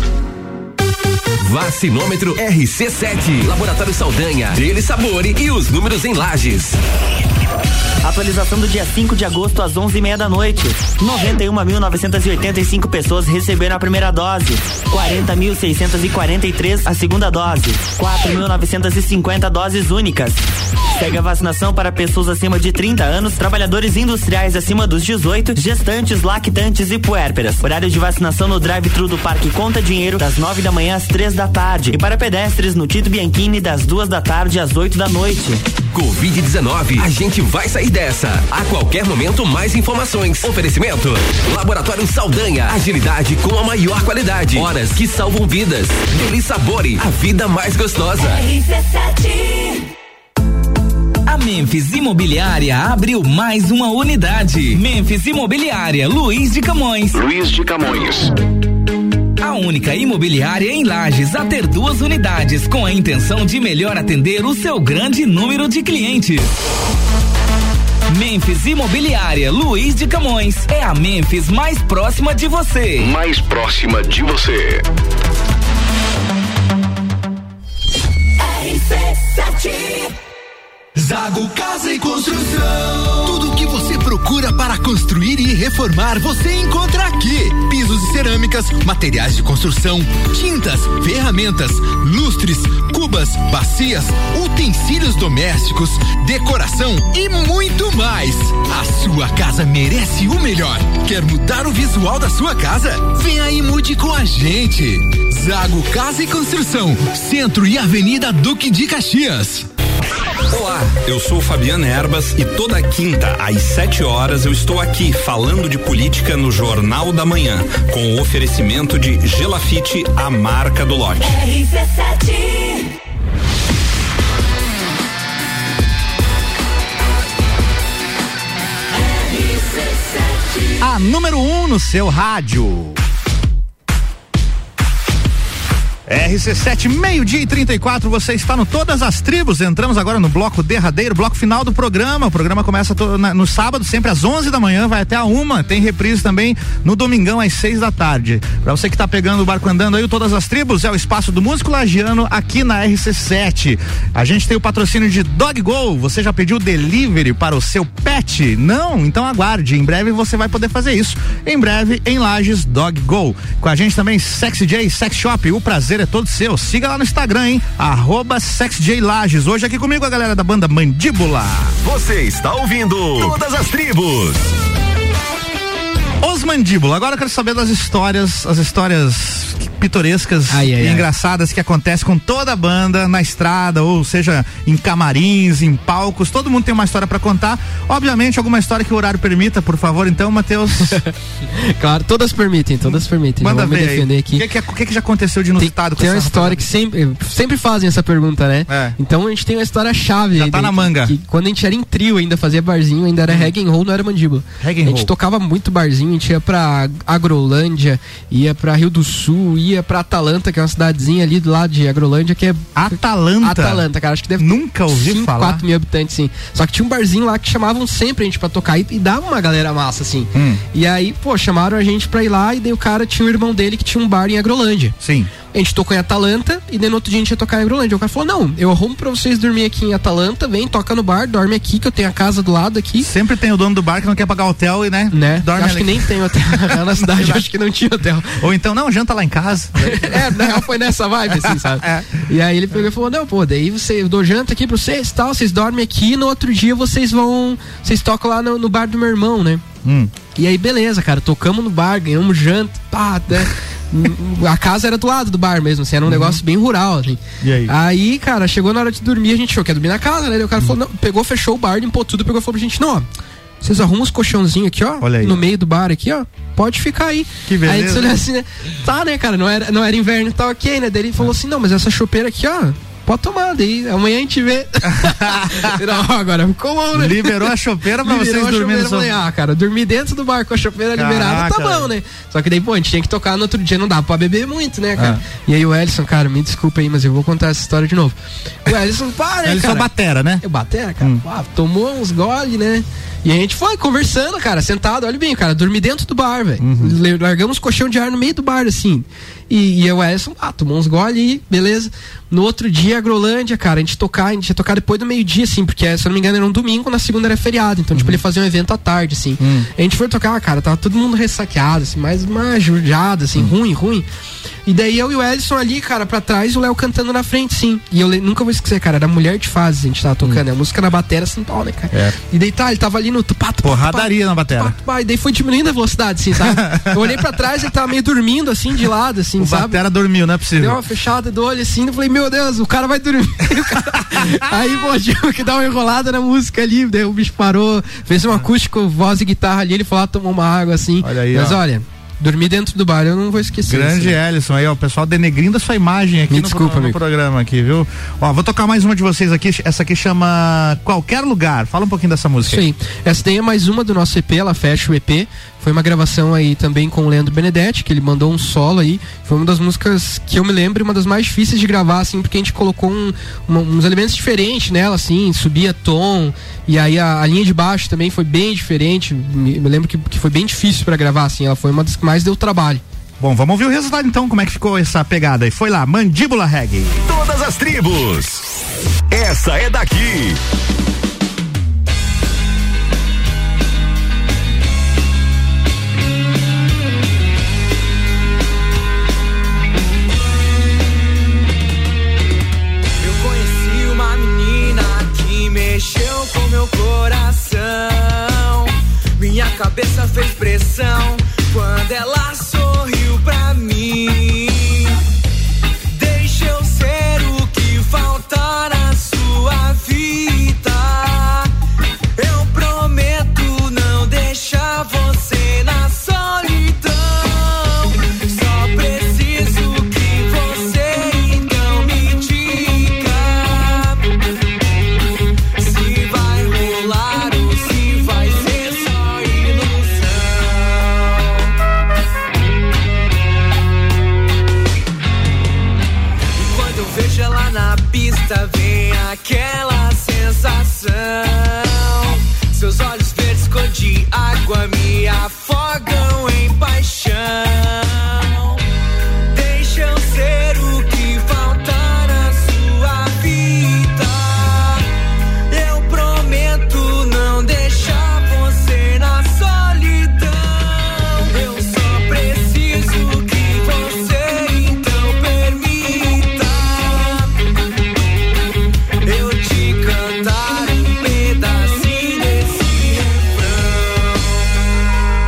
Vacinômetro R C sete, Laboratório Saldanha, Dele Sabore e os números em Lages. Atualização do dia cinco de agosto às onze e meia da noite. noventa e um mil novecentas e oitenta e cinco pessoas receberam a primeira dose. quarenta mil seiscentas e quarenta e três a segunda dose. quatro mil novecentas e cinquenta doses únicas. Segue a vacinação para pessoas acima de trinta anos, trabalhadores industriais acima dos dezoito, gestantes, lactantes e puérperas. Horário de vacinação no drive-thru do Parque Conta Dinheiro, das nove da manhã às três da tarde. E para pedestres no Tito Bianchini, das duas da tarde às oito da noite. covid dezenove, a gente vai sair dessa. A qualquer momento, mais informações. Oferecimento: Laboratório Saldanha, agilidade com a maior qualidade. Horas que salvam vidas. Deli Sabore, a vida mais gostosa. R C sete. A Memphis Imobiliária abriu mais uma unidade. Memphis Imobiliária, Luiz de Camões. Luiz de Camões. A única imobiliária em Lages a ter duas unidades, com a intenção de melhor atender o seu grande número de clientes. Memphis Imobiliária, Luiz de Camões. É a Memphis mais próxima de você. Mais próxima de você. R C sete. Zago Casa e Construção. Tudo o que você procura para construir e reformar, você encontra aqui. Pisos e cerâmicas, materiais de construção, tintas, ferramentas, lustres, cubas, bacias, utensílios domésticos, decoração e muito mais. A sua casa merece o melhor. Quer mudar o visual da sua casa? Vem aí e mude com a gente. Zago Casa e Construção, Centro e Avenida Duque de Caxias. Olá, eu sou Fabiano Erbas e toda quinta às sete horas eu estou aqui falando de política no Jornal da Manhã, com o oferecimento de Gelafite, a marca do lote. R C sete. A número um no seu rádio. R C sete, meio-dia e trinta e quatro, você está no Todas as Tribos. Entramos agora no bloco derradeiro, bloco final do programa. O programa começa to, na, no sábado, sempre às onze da manhã, vai até a uma. Tem reprise também no domingão às seis da tarde. Pra você que tá pegando o barco andando aí, o Todas as Tribos é o espaço do músico lagiano aqui na R C sete. A gente tem o patrocínio de Dog Go. Você já pediu delivery para o seu pet? Não? Então aguarde. Em breve você vai poder fazer isso. Em breve, em Lages, Dog Go. Com a gente também, SexyJ Sex Shop. O prazer é todo seu. Siga lá no Instagram, hein? Arroba SexyJLages. Hoje aqui comigo a galera da banda Mandíbula. Você está ouvindo Todas as Tribos. Os Mandíbula. Agora eu quero saber das histórias, as histórias pitorescas ai, ai, e ai. engraçadas que acontecem com toda a banda na estrada, ou seja, em camarins, em palcos. Todo mundo tem uma história pra contar. Obviamente, alguma história que o horário permita, por favor. Então, Matheus. Claro, todas permitem, todas permitem. Manda Vamos ver me defender aí. aqui. O que, que, que, que já aconteceu de inusitado com Tem uma essa história que sempre, sempre fazem essa pergunta, né? É. Então a gente tem uma história chave. Já aí tá daí, na manga. Que, que quando a gente era em trio, ainda fazia barzinho, ainda era Hum. reggae and roll, não era Mandíbula. Reggae a and gente roll. tocava muito barzinho, a gente ia ia pra Agrolândia, ia pra Rio do Sul, ia pra Atalanta, que é uma cidadezinha ali do lado de Agrolândia, que é... Atalanta? Atalanta, cara, acho que deve Nunca ouvi cinco, falar. quatro mil habitantes, sim. Só que tinha um barzinho lá que chamavam sempre a gente pra tocar e, e dava uma galera massa, assim. Hum. E aí, pô, chamaram a gente pra ir lá e daí o cara tinha um irmão dele que tinha um bar em Agrolândia. Sim. A gente tocou em Atalanta e daí no outro dia a gente ia tocar em Agrolândia. O cara falou, não, eu arrumo pra vocês dormir aqui em Atalanta, vem, toca no bar, dorme aqui, que eu tenho a casa do lado aqui. Sempre tem o dono do bar que não quer pagar hotel e, né? Né? Dorme Acho ali. que nem tem hotel. Na cidade eu acho que não tinha hotel. Ou então, não, janta lá em casa. É, na real foi nessa vibe, assim, sabe? É. E aí ele pegou e falou, não, pô, daí você, eu dou janta aqui pra vocês e tal, vocês dormem aqui, no outro dia vocês vão, vocês tocam lá no, no bar do meu irmão, né? Hum. E aí, beleza, cara, tocamos no bar, ganhamos janta, pá, né? A casa era do lado do bar mesmo, assim, era um uhum. negócio bem rural, assim. E aí? Aí, cara, chegou na hora de dormir, a gente achou que ia dormir na casa, né? E o cara uhum. falou, não, pegou, fechou o bar, limpou tudo, pegou e falou pra gente, não, ó, vocês arrumam os colchãozinhos aqui, ó, Olha aí, no ó. meio do bar aqui, ó, pode ficar aí. Que beleza. Aí a gente olhou assim, né? Tá, né, cara, não era, não era inverno, tá ok, né? Daí ele falou assim, não, mas essa chopeira aqui, ó, pode tomar, daí amanhã a gente vê. Não, agora ficou bom, né? Liberou a chopeira pra Liberou vocês dormirem no falei, ah, cara, dormir dentro do bar com a chopeira Caraca, liberada, tá bom, né? Só que daí, pô, a gente tinha que tocar no outro dia, não dá pra beber muito, né, cara? Ah. E aí o Ellison, cara, me desculpa aí, mas eu vou contar essa história de novo. O Ellison, pá, né, Ellison cara? batera, né? Eu batera, cara, Hum. pá, tomou uns gole, né? E a gente foi conversando, cara, sentado, olha bem, cara, dormi dentro do bar, velho. Uhum. Largamos colchão de ar no meio do bar, assim. E, e o Ellison, ah, tomou uns gole aí, beleza. No outro dia, Agrolândia, cara, a gente tocar, a gente ia tocar depois do meio-dia, assim, porque, se eu não me engano, era um domingo, na segunda era feriado. Então, uhum. tipo, ele fazia um evento à tarde, assim. Uhum. A gente foi tocar, cara, tava todo mundo ressaqueado, assim, mais uma judiada, assim, uhum. ruim, ruim. E daí eu e o Ellison ali, cara, pra trás, o Léo cantando na frente, sim. E eu nunca vou esquecer, cara, era Mulher de Fases, a gente tava tocando, uhum. é a música na batera, assim, tal, né, cara? É. E daí tá, ele tava ali no tupá, tupá, porradaria tupá, na batera. Tupá, tupá, e daí foi diminuindo a velocidade, assim, sabe? Eu olhei pra trás, ele tava meio dormindo, assim, de lado, assim, o sabe? O batera dormiu, não é possível. Deu uma fechada do olho, assim, eu falei, meu Deus, o cara vai dormir. Aí, pô, tive que dar uma enrolada na música ali, daí o bicho parou, fez um acústico, voz e guitarra ali, ele falou, ah, tomou uma água, assim. Olha aí, mas ó. olha, dormir dentro do bar, eu não vou esquecer. Grande Ellison aí, ó, o pessoal denegrindo a sua imagem aqui Me no, desculpa, no, no amigo. programa aqui, viu? Ó, vou tocar mais uma de vocês aqui, essa aqui chama Qualquer Lugar. Fala um pouquinho dessa música. Isso aí. Essa daí é mais uma do nosso E P, ela fecha o E P. Foi uma gravação aí também com o Leandro Benedetti, que ele mandou um solo aí. Foi uma das músicas que eu me lembro, uma das mais difíceis de gravar, assim, porque a gente colocou um, uma, uns elementos diferentes nela, assim, subia tom, e aí a, a linha de baixo também foi bem diferente. Me, me lembro que, que foi bem difícil pra gravar, assim, ela foi uma das que mais deu trabalho. Bom, vamos ouvir o resultado então, como é que ficou essa pegada aí. Foi lá, Mandíbula Reggae. Todas as tribos. Essa é daqui. Mexeu com meu coração, minha cabeça fez pressão quando ela sorriu pra mim. Deixa eu ser o que falta na sua vida. Eu prometo não deixar você na solidão. Só preciso que você então me diga se vai rolar ou se vai ser só ilusão. E quando eu vejo ela na pista, vem aquela sensação. Seus olhos verdes cor de água me afogam em paixão. Deixa eu ser o que falta na sua vida. Eu prometo não deixar você na solidão. Eu só preciso que você então permita eu te cantar um pedacinho desse refrão.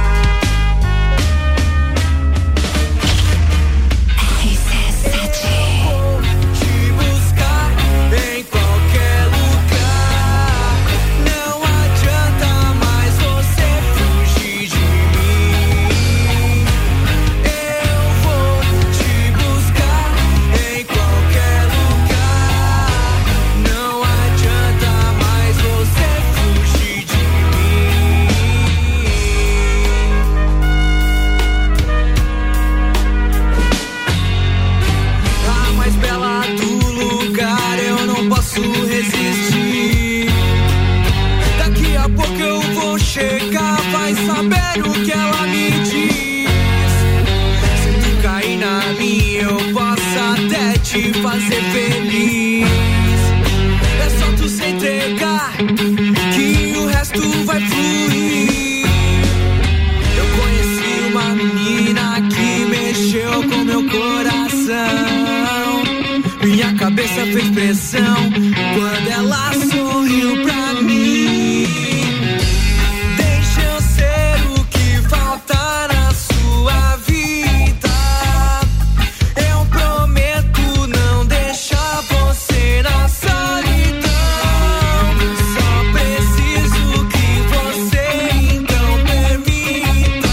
fez pressão quando ela sorriu pra mim. Deixa eu ser o que falta na sua vida. Eu prometo não deixar você na solidão. Só preciso que você então permita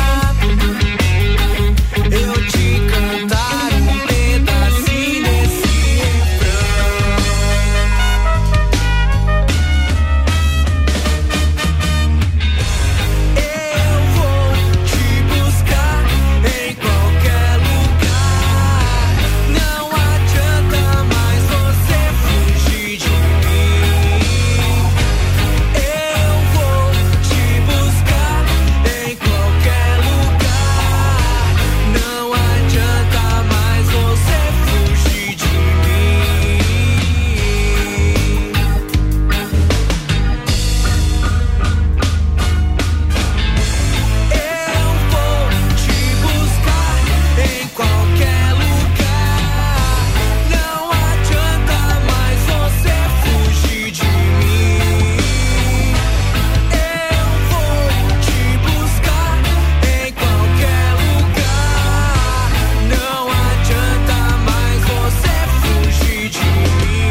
eu te cantar um pedacinho desse eu vou te buscar em qualquer lugar. Não adianta mais você fugir de mim. Eu vou te buscar em qualquer lugar. Não adianta mais você fugir de mim. Eu vou te buscar em qualquer lugar. Não adianta mais você fugir de mim. Eu vou te buscar em qualquer lugar. Não adianta mais você fugir de mim.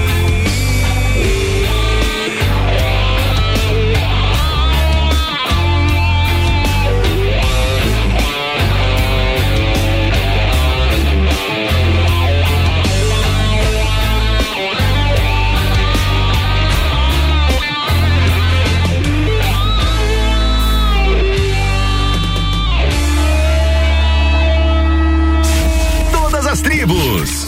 Todas as tribos.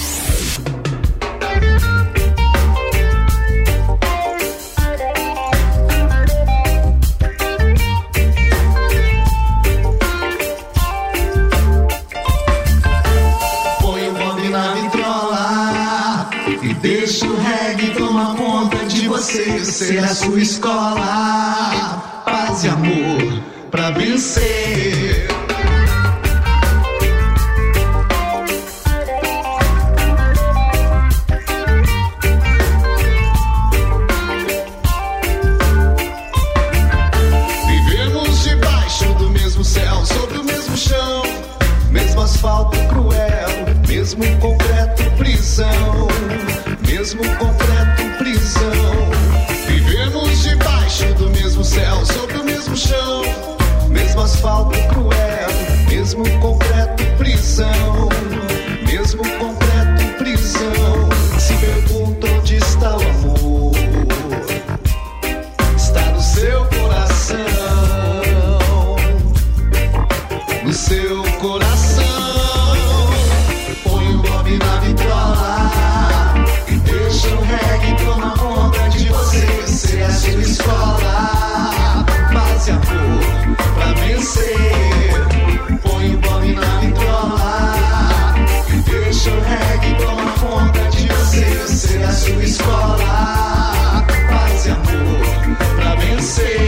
Põe o Bob na vitrola e deixa o reggae tomar conta de você. Ser a sua escola, paz e amor pra vencer. Vivemos debaixo do mesmo céu, sobre o mesmo chão, mesmo asfalto cruel, mesmo concreto prisão, mesmo concreto prisão. Vivemos debaixo do mesmo céu, sobre o mesmo chão, mesmo asfalto cruel, mesmo concreto prisão, mesmo concreto prisão. Se pergunta onde está o amor, está no seu coração, no seu coração. Põe o Bob na vitrola e deixa o reggae tomar conta de você. Ser a sua escola, paz e amor pra vencer. Põe o Bob na vitrola e deixa o reggae tomar conta de você. Ser a sua escola, paz e amor pra vencer.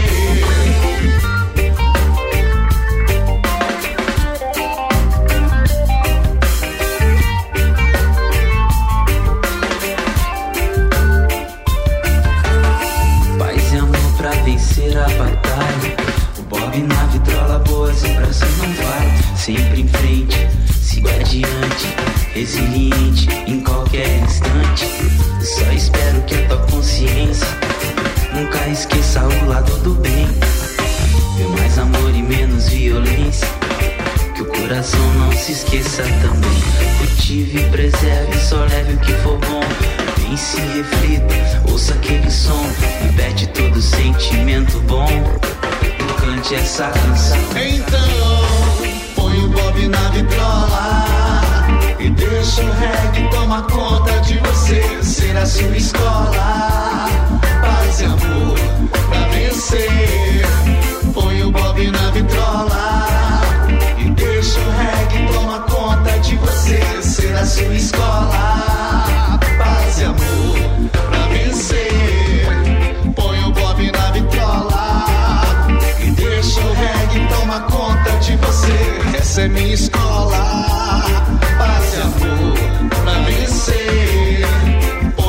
Paz e amor pra vencer a batalha. O Bob na vitrola, boas lembranças não vai. Sempre em frente, sigo adiante, resiliente em qualquer instante. Só espero que a tua consciência nunca esqueça o lado do bem. Ver mais amor e menos violência, que o coração não se esqueça também. Cultive e preserve, só leve o que for bom. Pense e reflita, ouça aquele som, liberte todo sentimento bom. Cante essa canção. Então, põe o Bob na vitrola e deixa o reggae tomar conta de você. Ser a sua escola, paz e amor pra vencer. Põe o Bob na vitrola e deixa o reggae tomar conta de você. Ser a sua escola, paz e amor pra vencer. Põe o Bob na vitrola e deixa o reggae tomar conta de você. Essa é minha escola, paz e amor pra vencer.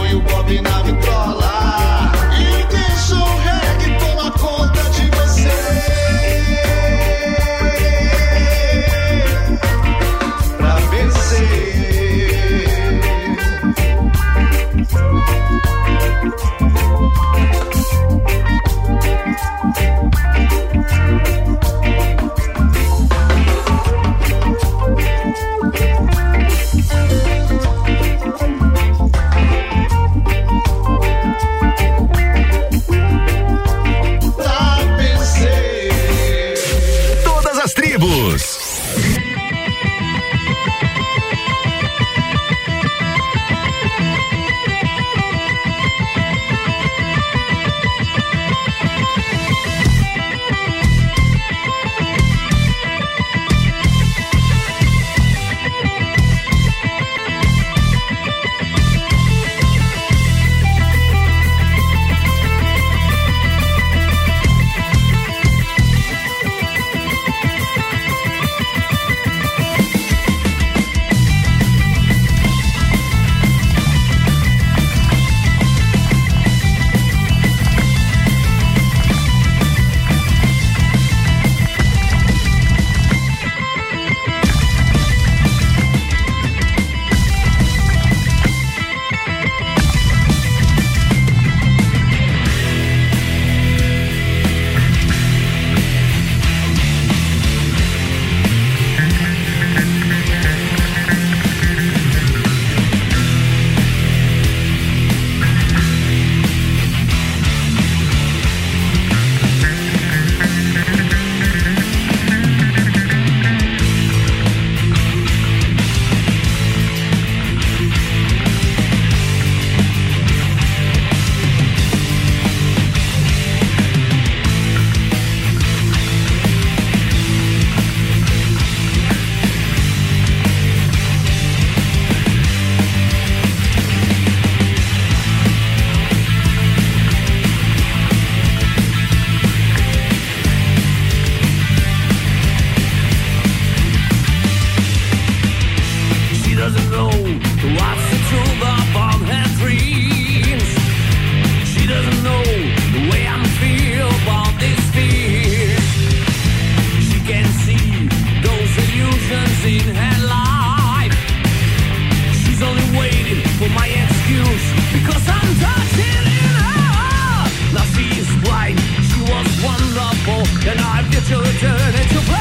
in her life. She's only waiting for my excuse because I'm touching her. Now she is blind, she was wonderful, and I've got to turn into blame.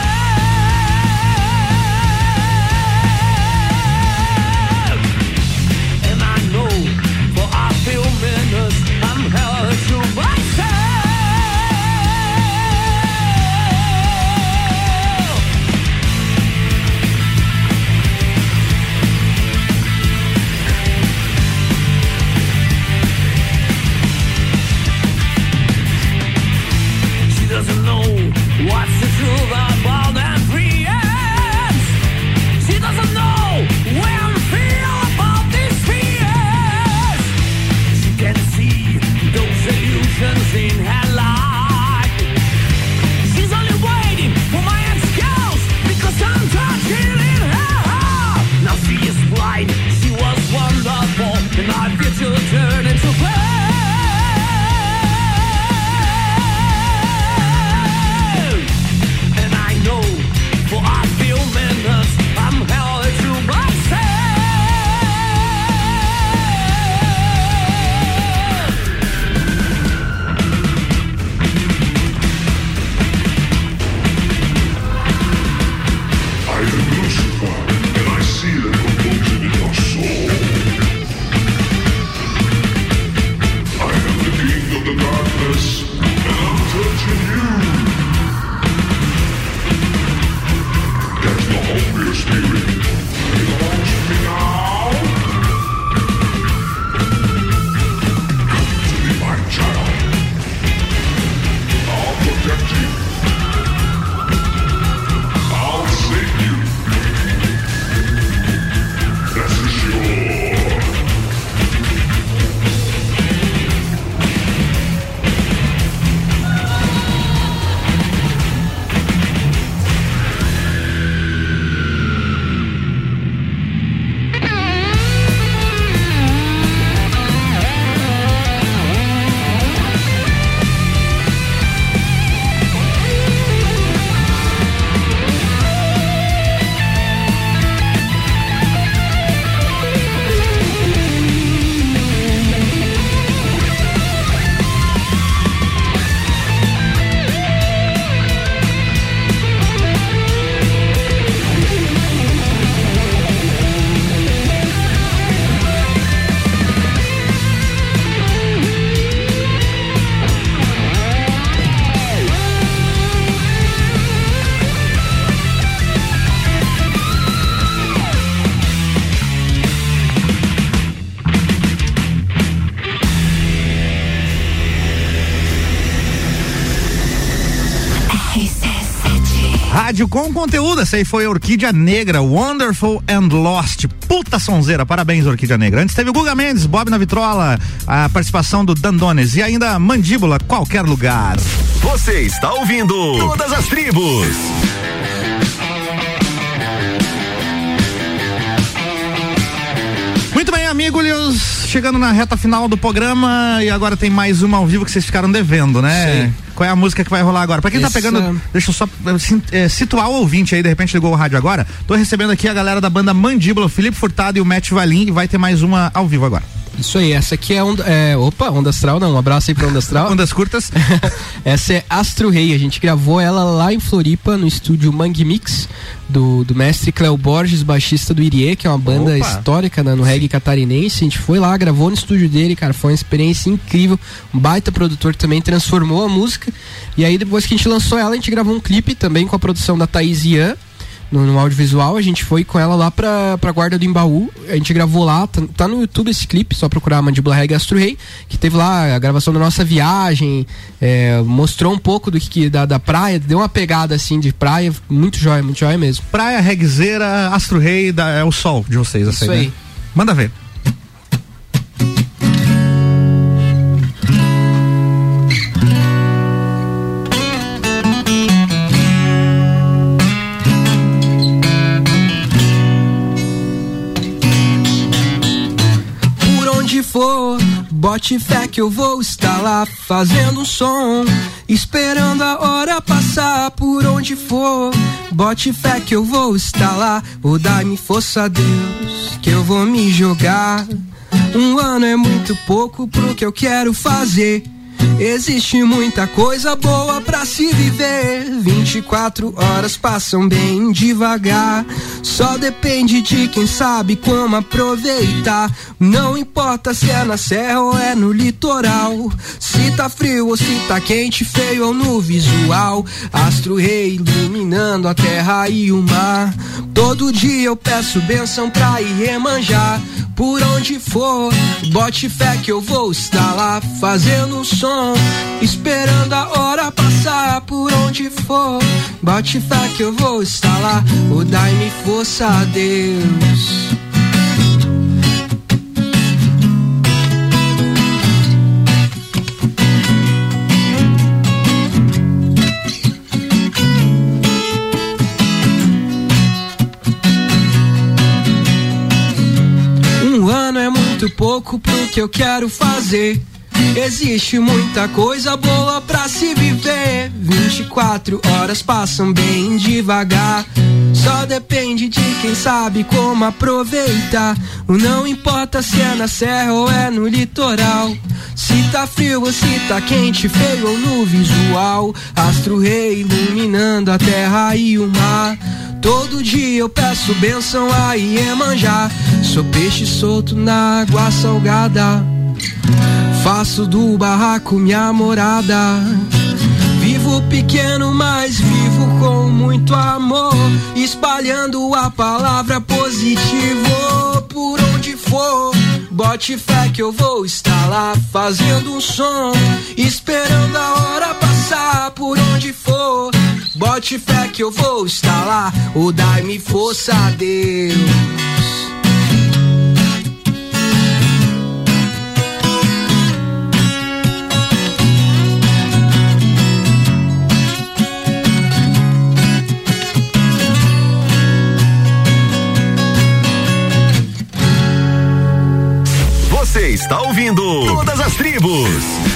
And I know for a few minutes I'm held to myself. Doesn't know what's the truth about them friends. She doesn't know where I feel about these fears. She can see those illusions in her life. She's only waiting for my excuse because I'm touching in her. Now she is blind, she was wonderful, and I've got to turn into flame. For a few minutes, I'm held to myself. I am Lucifer, and I see the confusion in your soul. I am the king of the darkness, and I'm touching you. That's the Holy Spirit. It belongs to me now. To be my child. I'll protect you. I'll save you. That's for sure. Rádio com conteúdo, essa aí foi a Orquídea Negra, Wonderful and Lost. Puta sonzeira, parabéns, Orquídea Negra. Antes teve o Guga Mendes, Bob na Vitrola, a participação do Dandones e ainda Mandíbula, Qualquer Lugar. Você está ouvindo Todas as Tribos. Muito bem, amigos, chegando na reta final do programa e agora tem mais uma ao vivo que vocês ficaram devendo, né? Sim. Qual é a música que vai rolar agora? Pra quem Essa... tá pegando, deixa eu só é, situar o ouvinte aí, de repente ligou o rádio agora. Tô recebendo aqui a galera da banda Mandíbula, o Felipe Furtado e o Matt Valim, e vai ter mais uma ao vivo agora. Isso aí, essa aqui é onda, é, opa, Onda Astral, não, um abraço aí pra Onda Astral. Ondas curtas. Essa é Astro Rei, a gente gravou ela lá em Floripa, no estúdio Mangue Mix, do, do mestre Cléo Borges, baixista do Irie, que é uma banda Opa. histórica, né, no reggae catarinense. A gente foi lá, gravou no estúdio dele, cara, foi uma experiência incrível, um baita produtor também, transformou a música, e aí depois que a gente lançou ela, a gente gravou um clipe também com a produção da Thaís Ian, No, no audiovisual. A gente foi com ela lá pra, pra Guarda do Embaú, a gente gravou lá, tá, tá no YouTube esse clipe, só procurar Mandíbula Reggae Astro Rei, que teve lá a gravação da nossa viagem, é, mostrou um pouco do que da, da praia, deu uma pegada assim de praia, muito jóia, muito jóia mesmo. Praia, reguezeira, Astro Rei, da, é o sol de vocês, assim, Isso aí. Né? Manda ver. For, bote fé que eu vou estar lá fazendo um som, esperando a hora passar por onde for. Bote fé que eu vou estar lá, ou dai-me força, Deus, que eu vou me jogar. Um ano é muito pouco pro que eu quero fazer. Existe muita coisa boa pra se viver. vinte e quatro horas passam bem devagar. Só depende de quem sabe como aproveitar. Não importa se é na serra ou é no litoral, se tá frio ou se tá quente, feio ou no visual. Astro rei iluminando a terra e o mar. Todo dia eu peço bênção pra Iemanjá. Por onde for, bote fé que eu vou estar lá fazendo um som, esperando a hora passar por onde for. Bote fé que eu vou estar lá, ou dai-me força, Deus. Pouco pro que eu quero fazer. Existe muita coisa boa pra se viver. vinte e quatro horas passam bem devagar. Só depende de quem sabe como aproveitar. Não importa se é na serra ou é no litoral, se tá frio ou se tá quente, feio ou no visual. Astro rei iluminando a terra e o mar. Todo dia eu peço bênção a Iemanjá. Sou peixe solto na água salgada, faço do barraco minha morada. Vivo pequeno, mas vivo com muito amor, espalhando a palavra positivo por onde for. Bote fé que eu vou estar lá fazendo um som, esperando a hora passar por onde for. Bote fé que eu vou estar lá, ou dai-me força, Deus. Você está ouvindo Todas as Tribos.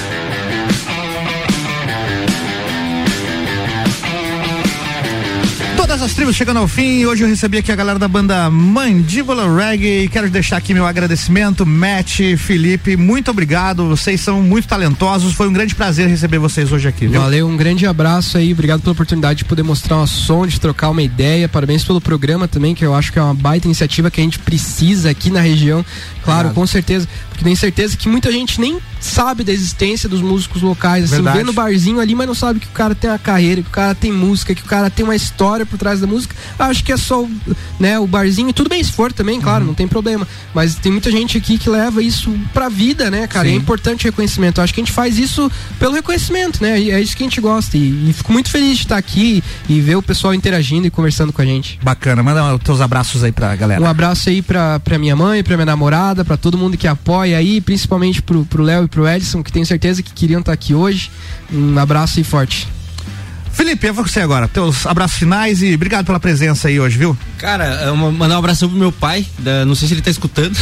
Todas as tribos chegando ao fim. Hoje eu recebi aqui a galera da banda Mandíbula Reggae. Quero deixar aqui meu agradecimento, Matt, Felipe, muito obrigado. Vocês são muito talentosos. Foi um grande prazer receber vocês hoje aqui, viu? Valeu, um grande abraço aí. Obrigado pela oportunidade de poder mostrar um som, de trocar uma ideia. Parabéns pelo programa também, que eu acho que é uma baita iniciativa que a gente precisa aqui na região. Claro, obrigado. Com certeza. Porque tenho certeza que muita gente nem sabe da existência dos músicos locais, assim, vê no barzinho ali, mas não sabe que o cara tem uma carreira, que o cara tem música, que o cara tem uma história por trás da música. Acho que é só, né, o barzinho, tudo bem se for também, claro, uhum. Não tem problema, mas tem muita gente aqui que leva isso pra vida, né, cara? Sim. É importante o reconhecimento. Acho que a gente faz isso pelo reconhecimento, né? E é isso que a gente gosta, e, e fico muito feliz de estar aqui e ver o pessoal interagindo e conversando com a gente. Bacana, manda os teus abraços aí pra galera. Um abraço aí pra, pra minha mãe, pra minha namorada, pra todo mundo que apoia aí, principalmente pro, pro Léo e pro Edson, que tenho certeza que queriam estar aqui hoje. Um abraço aí forte. Felipe, é você agora, teus abraços finais e obrigado pela presença aí hoje, viu? Cara, mandar um abração pro meu pai, da, não sei se ele tá escutando,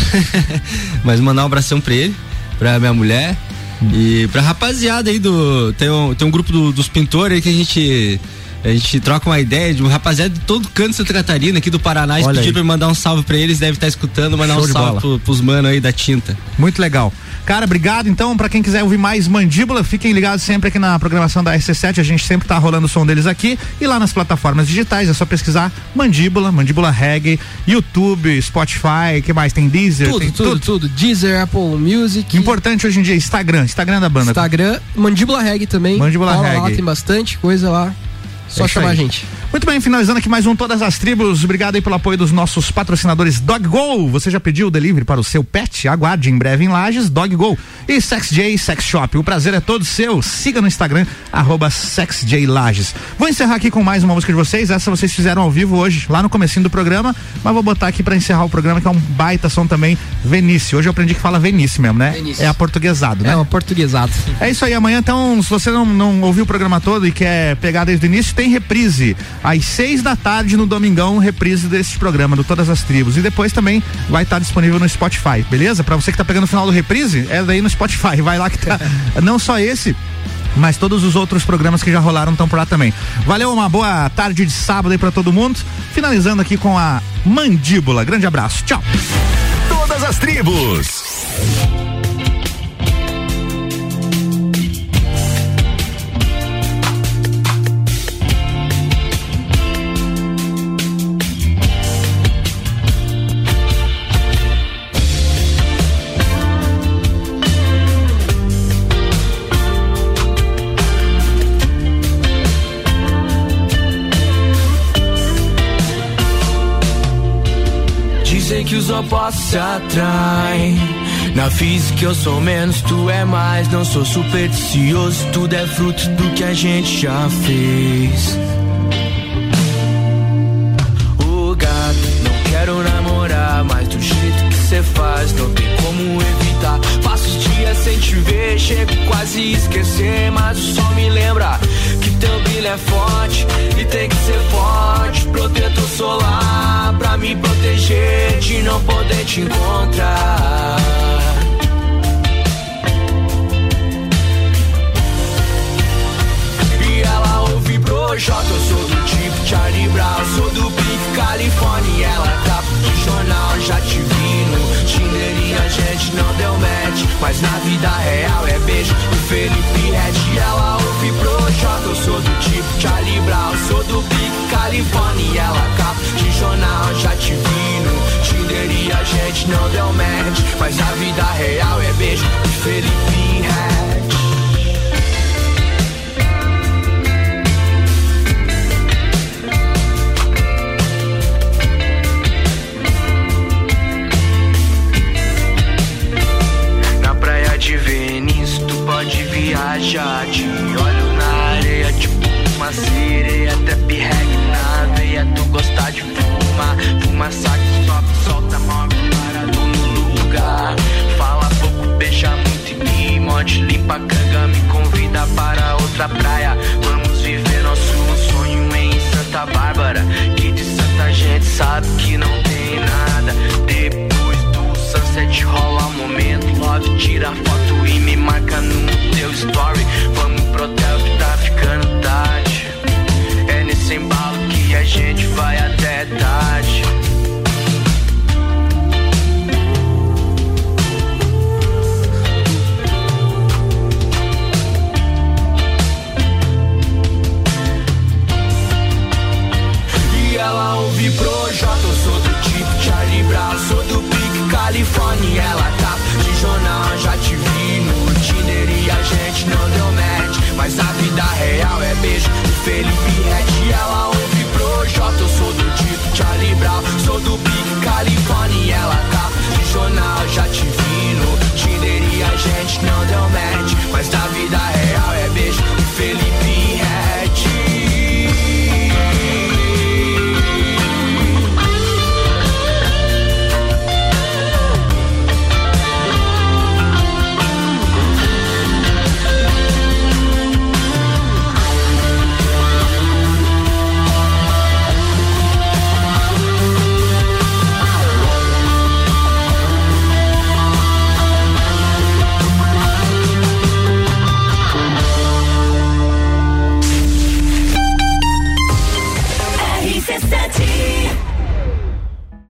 mas mandar um abração pra ele, pra minha mulher e pra rapaziada aí do, tem um, tem um grupo do, dos pintores aí que a gente a gente troca uma ideia de um rapaziada de todo canto de Santa Catarina, aqui do Paraná. Eles pediram pra mandar um salve pra eles, deve estar escutando, mandar Show um salve pro, pros manos aí da tinta. Muito legal. Cara, obrigado. Então, pra quem quiser ouvir mais Mandíbula, fiquem ligados sempre aqui na programação da R C sete. A gente sempre tá rolando o som deles aqui. E lá nas plataformas digitais, é só pesquisar Mandíbula, Mandíbula Reggae, YouTube, Spotify, que mais? Tem Deezer? Tudo, tem tudo, tudo, tudo. Deezer, Apple Music. Importante hoje em dia, Instagram. Instagram da banda. Instagram, Mandíbula Reggae também. Mandíbula Fala Reggae. Lá, tem bastante coisa lá. Só é chamar a gente. Muito bem, finalizando aqui mais um Todas as Tribos. Obrigado aí pelo apoio dos nossos patrocinadores DogGo. Você já pediu o delivery para o seu pet? Aguarde em breve em Lages, DogGo. E SexJ Sex Shop. O prazer é todo seu. Siga no Instagram, arroba SexJLages. Vou encerrar aqui com mais uma música de vocês. Essa vocês fizeram ao vivo hoje, lá no comecinho do programa, mas vou botar aqui para encerrar o programa, que é um baita som também, Venício. Hoje eu aprendi que fala Venício mesmo, né? Venício. É aportuguesado, né? É, aportuguesado. É isso aí, amanhã então, se você não, não ouviu o programa todo e quer pegar desde o início, tem reprise às seis da tarde no domingão, reprise desse programa do Todas as Tribos. E depois também vai estar disponível no Spotify, beleza? Pra você que tá pegando o final do reprise, é daí no Spotify, vai lá que tá. Não só esse, mas todos os outros programas que já rolaram estão por lá também. Valeu, uma boa tarde de sábado aí pra todo mundo. Finalizando aqui com a Mandíbula. Grande abraço, tchau. Todas as tribos. Que os opostos se atraem. Na física eu sou menos, tu é mais. Não sou supersticioso, tudo é fruto do que a gente já fez. Ô gato, não quero namorar, mas do jeito que cê faz não tem como evitar. Passo os dias sem te ver, chego quase a esquecer, mas o sol me lembra que teu brilho é forte e tem que ser forte. Protetor solar pra me proteger de não poder te encontrar. E ela ouve Projota, eu sou do tipo Charlie Brown, sou do Pique Califórnia. E ela tá de jornal, já te vi no Tinder e a gente não deu match, mas na vida real é beijo do Felipe Red. E ela ouve Projota, eu sou do tipo Charlie Brown, sou do Pique Califórnia. E ela capa de jornal, já te vi no Tinder e a gente não deu match, mas na vida real é beijo do Felipe Red. De Venice, tu pode viajar. Te olho na areia, tipo uma sereia. Trap reggae na veia, tu gosta de fumar. Fuma saco, sobe, solta mal parado no lugar. Fala pouco, beija muito e me morde. Limpa canga, me convida para outra praia. Vamos viver nosso sonho em Santa Bárbara, que de Santa gente sabe que não tem nada. Depois do sunset rola um momento love, tira foto e me marca no teu story. Vamos pro hotel que tá ficando tarde. É nesse embalo que a gente vai até tarde. E ela ouve Projota, eu sou do tipo Charlie Brown, sou do Pique Califórnia. Ela tá de jornal, já te vi no Tinder e a gente não deu match, mas na vida real é beijo do Felipe Red. E ela ouve Projota, eu sou do tipo Charlie Brown, sou do Pique Califórnia. Ela capa de jornal, já te vi no Tinder e a gente não deu match, mas na vida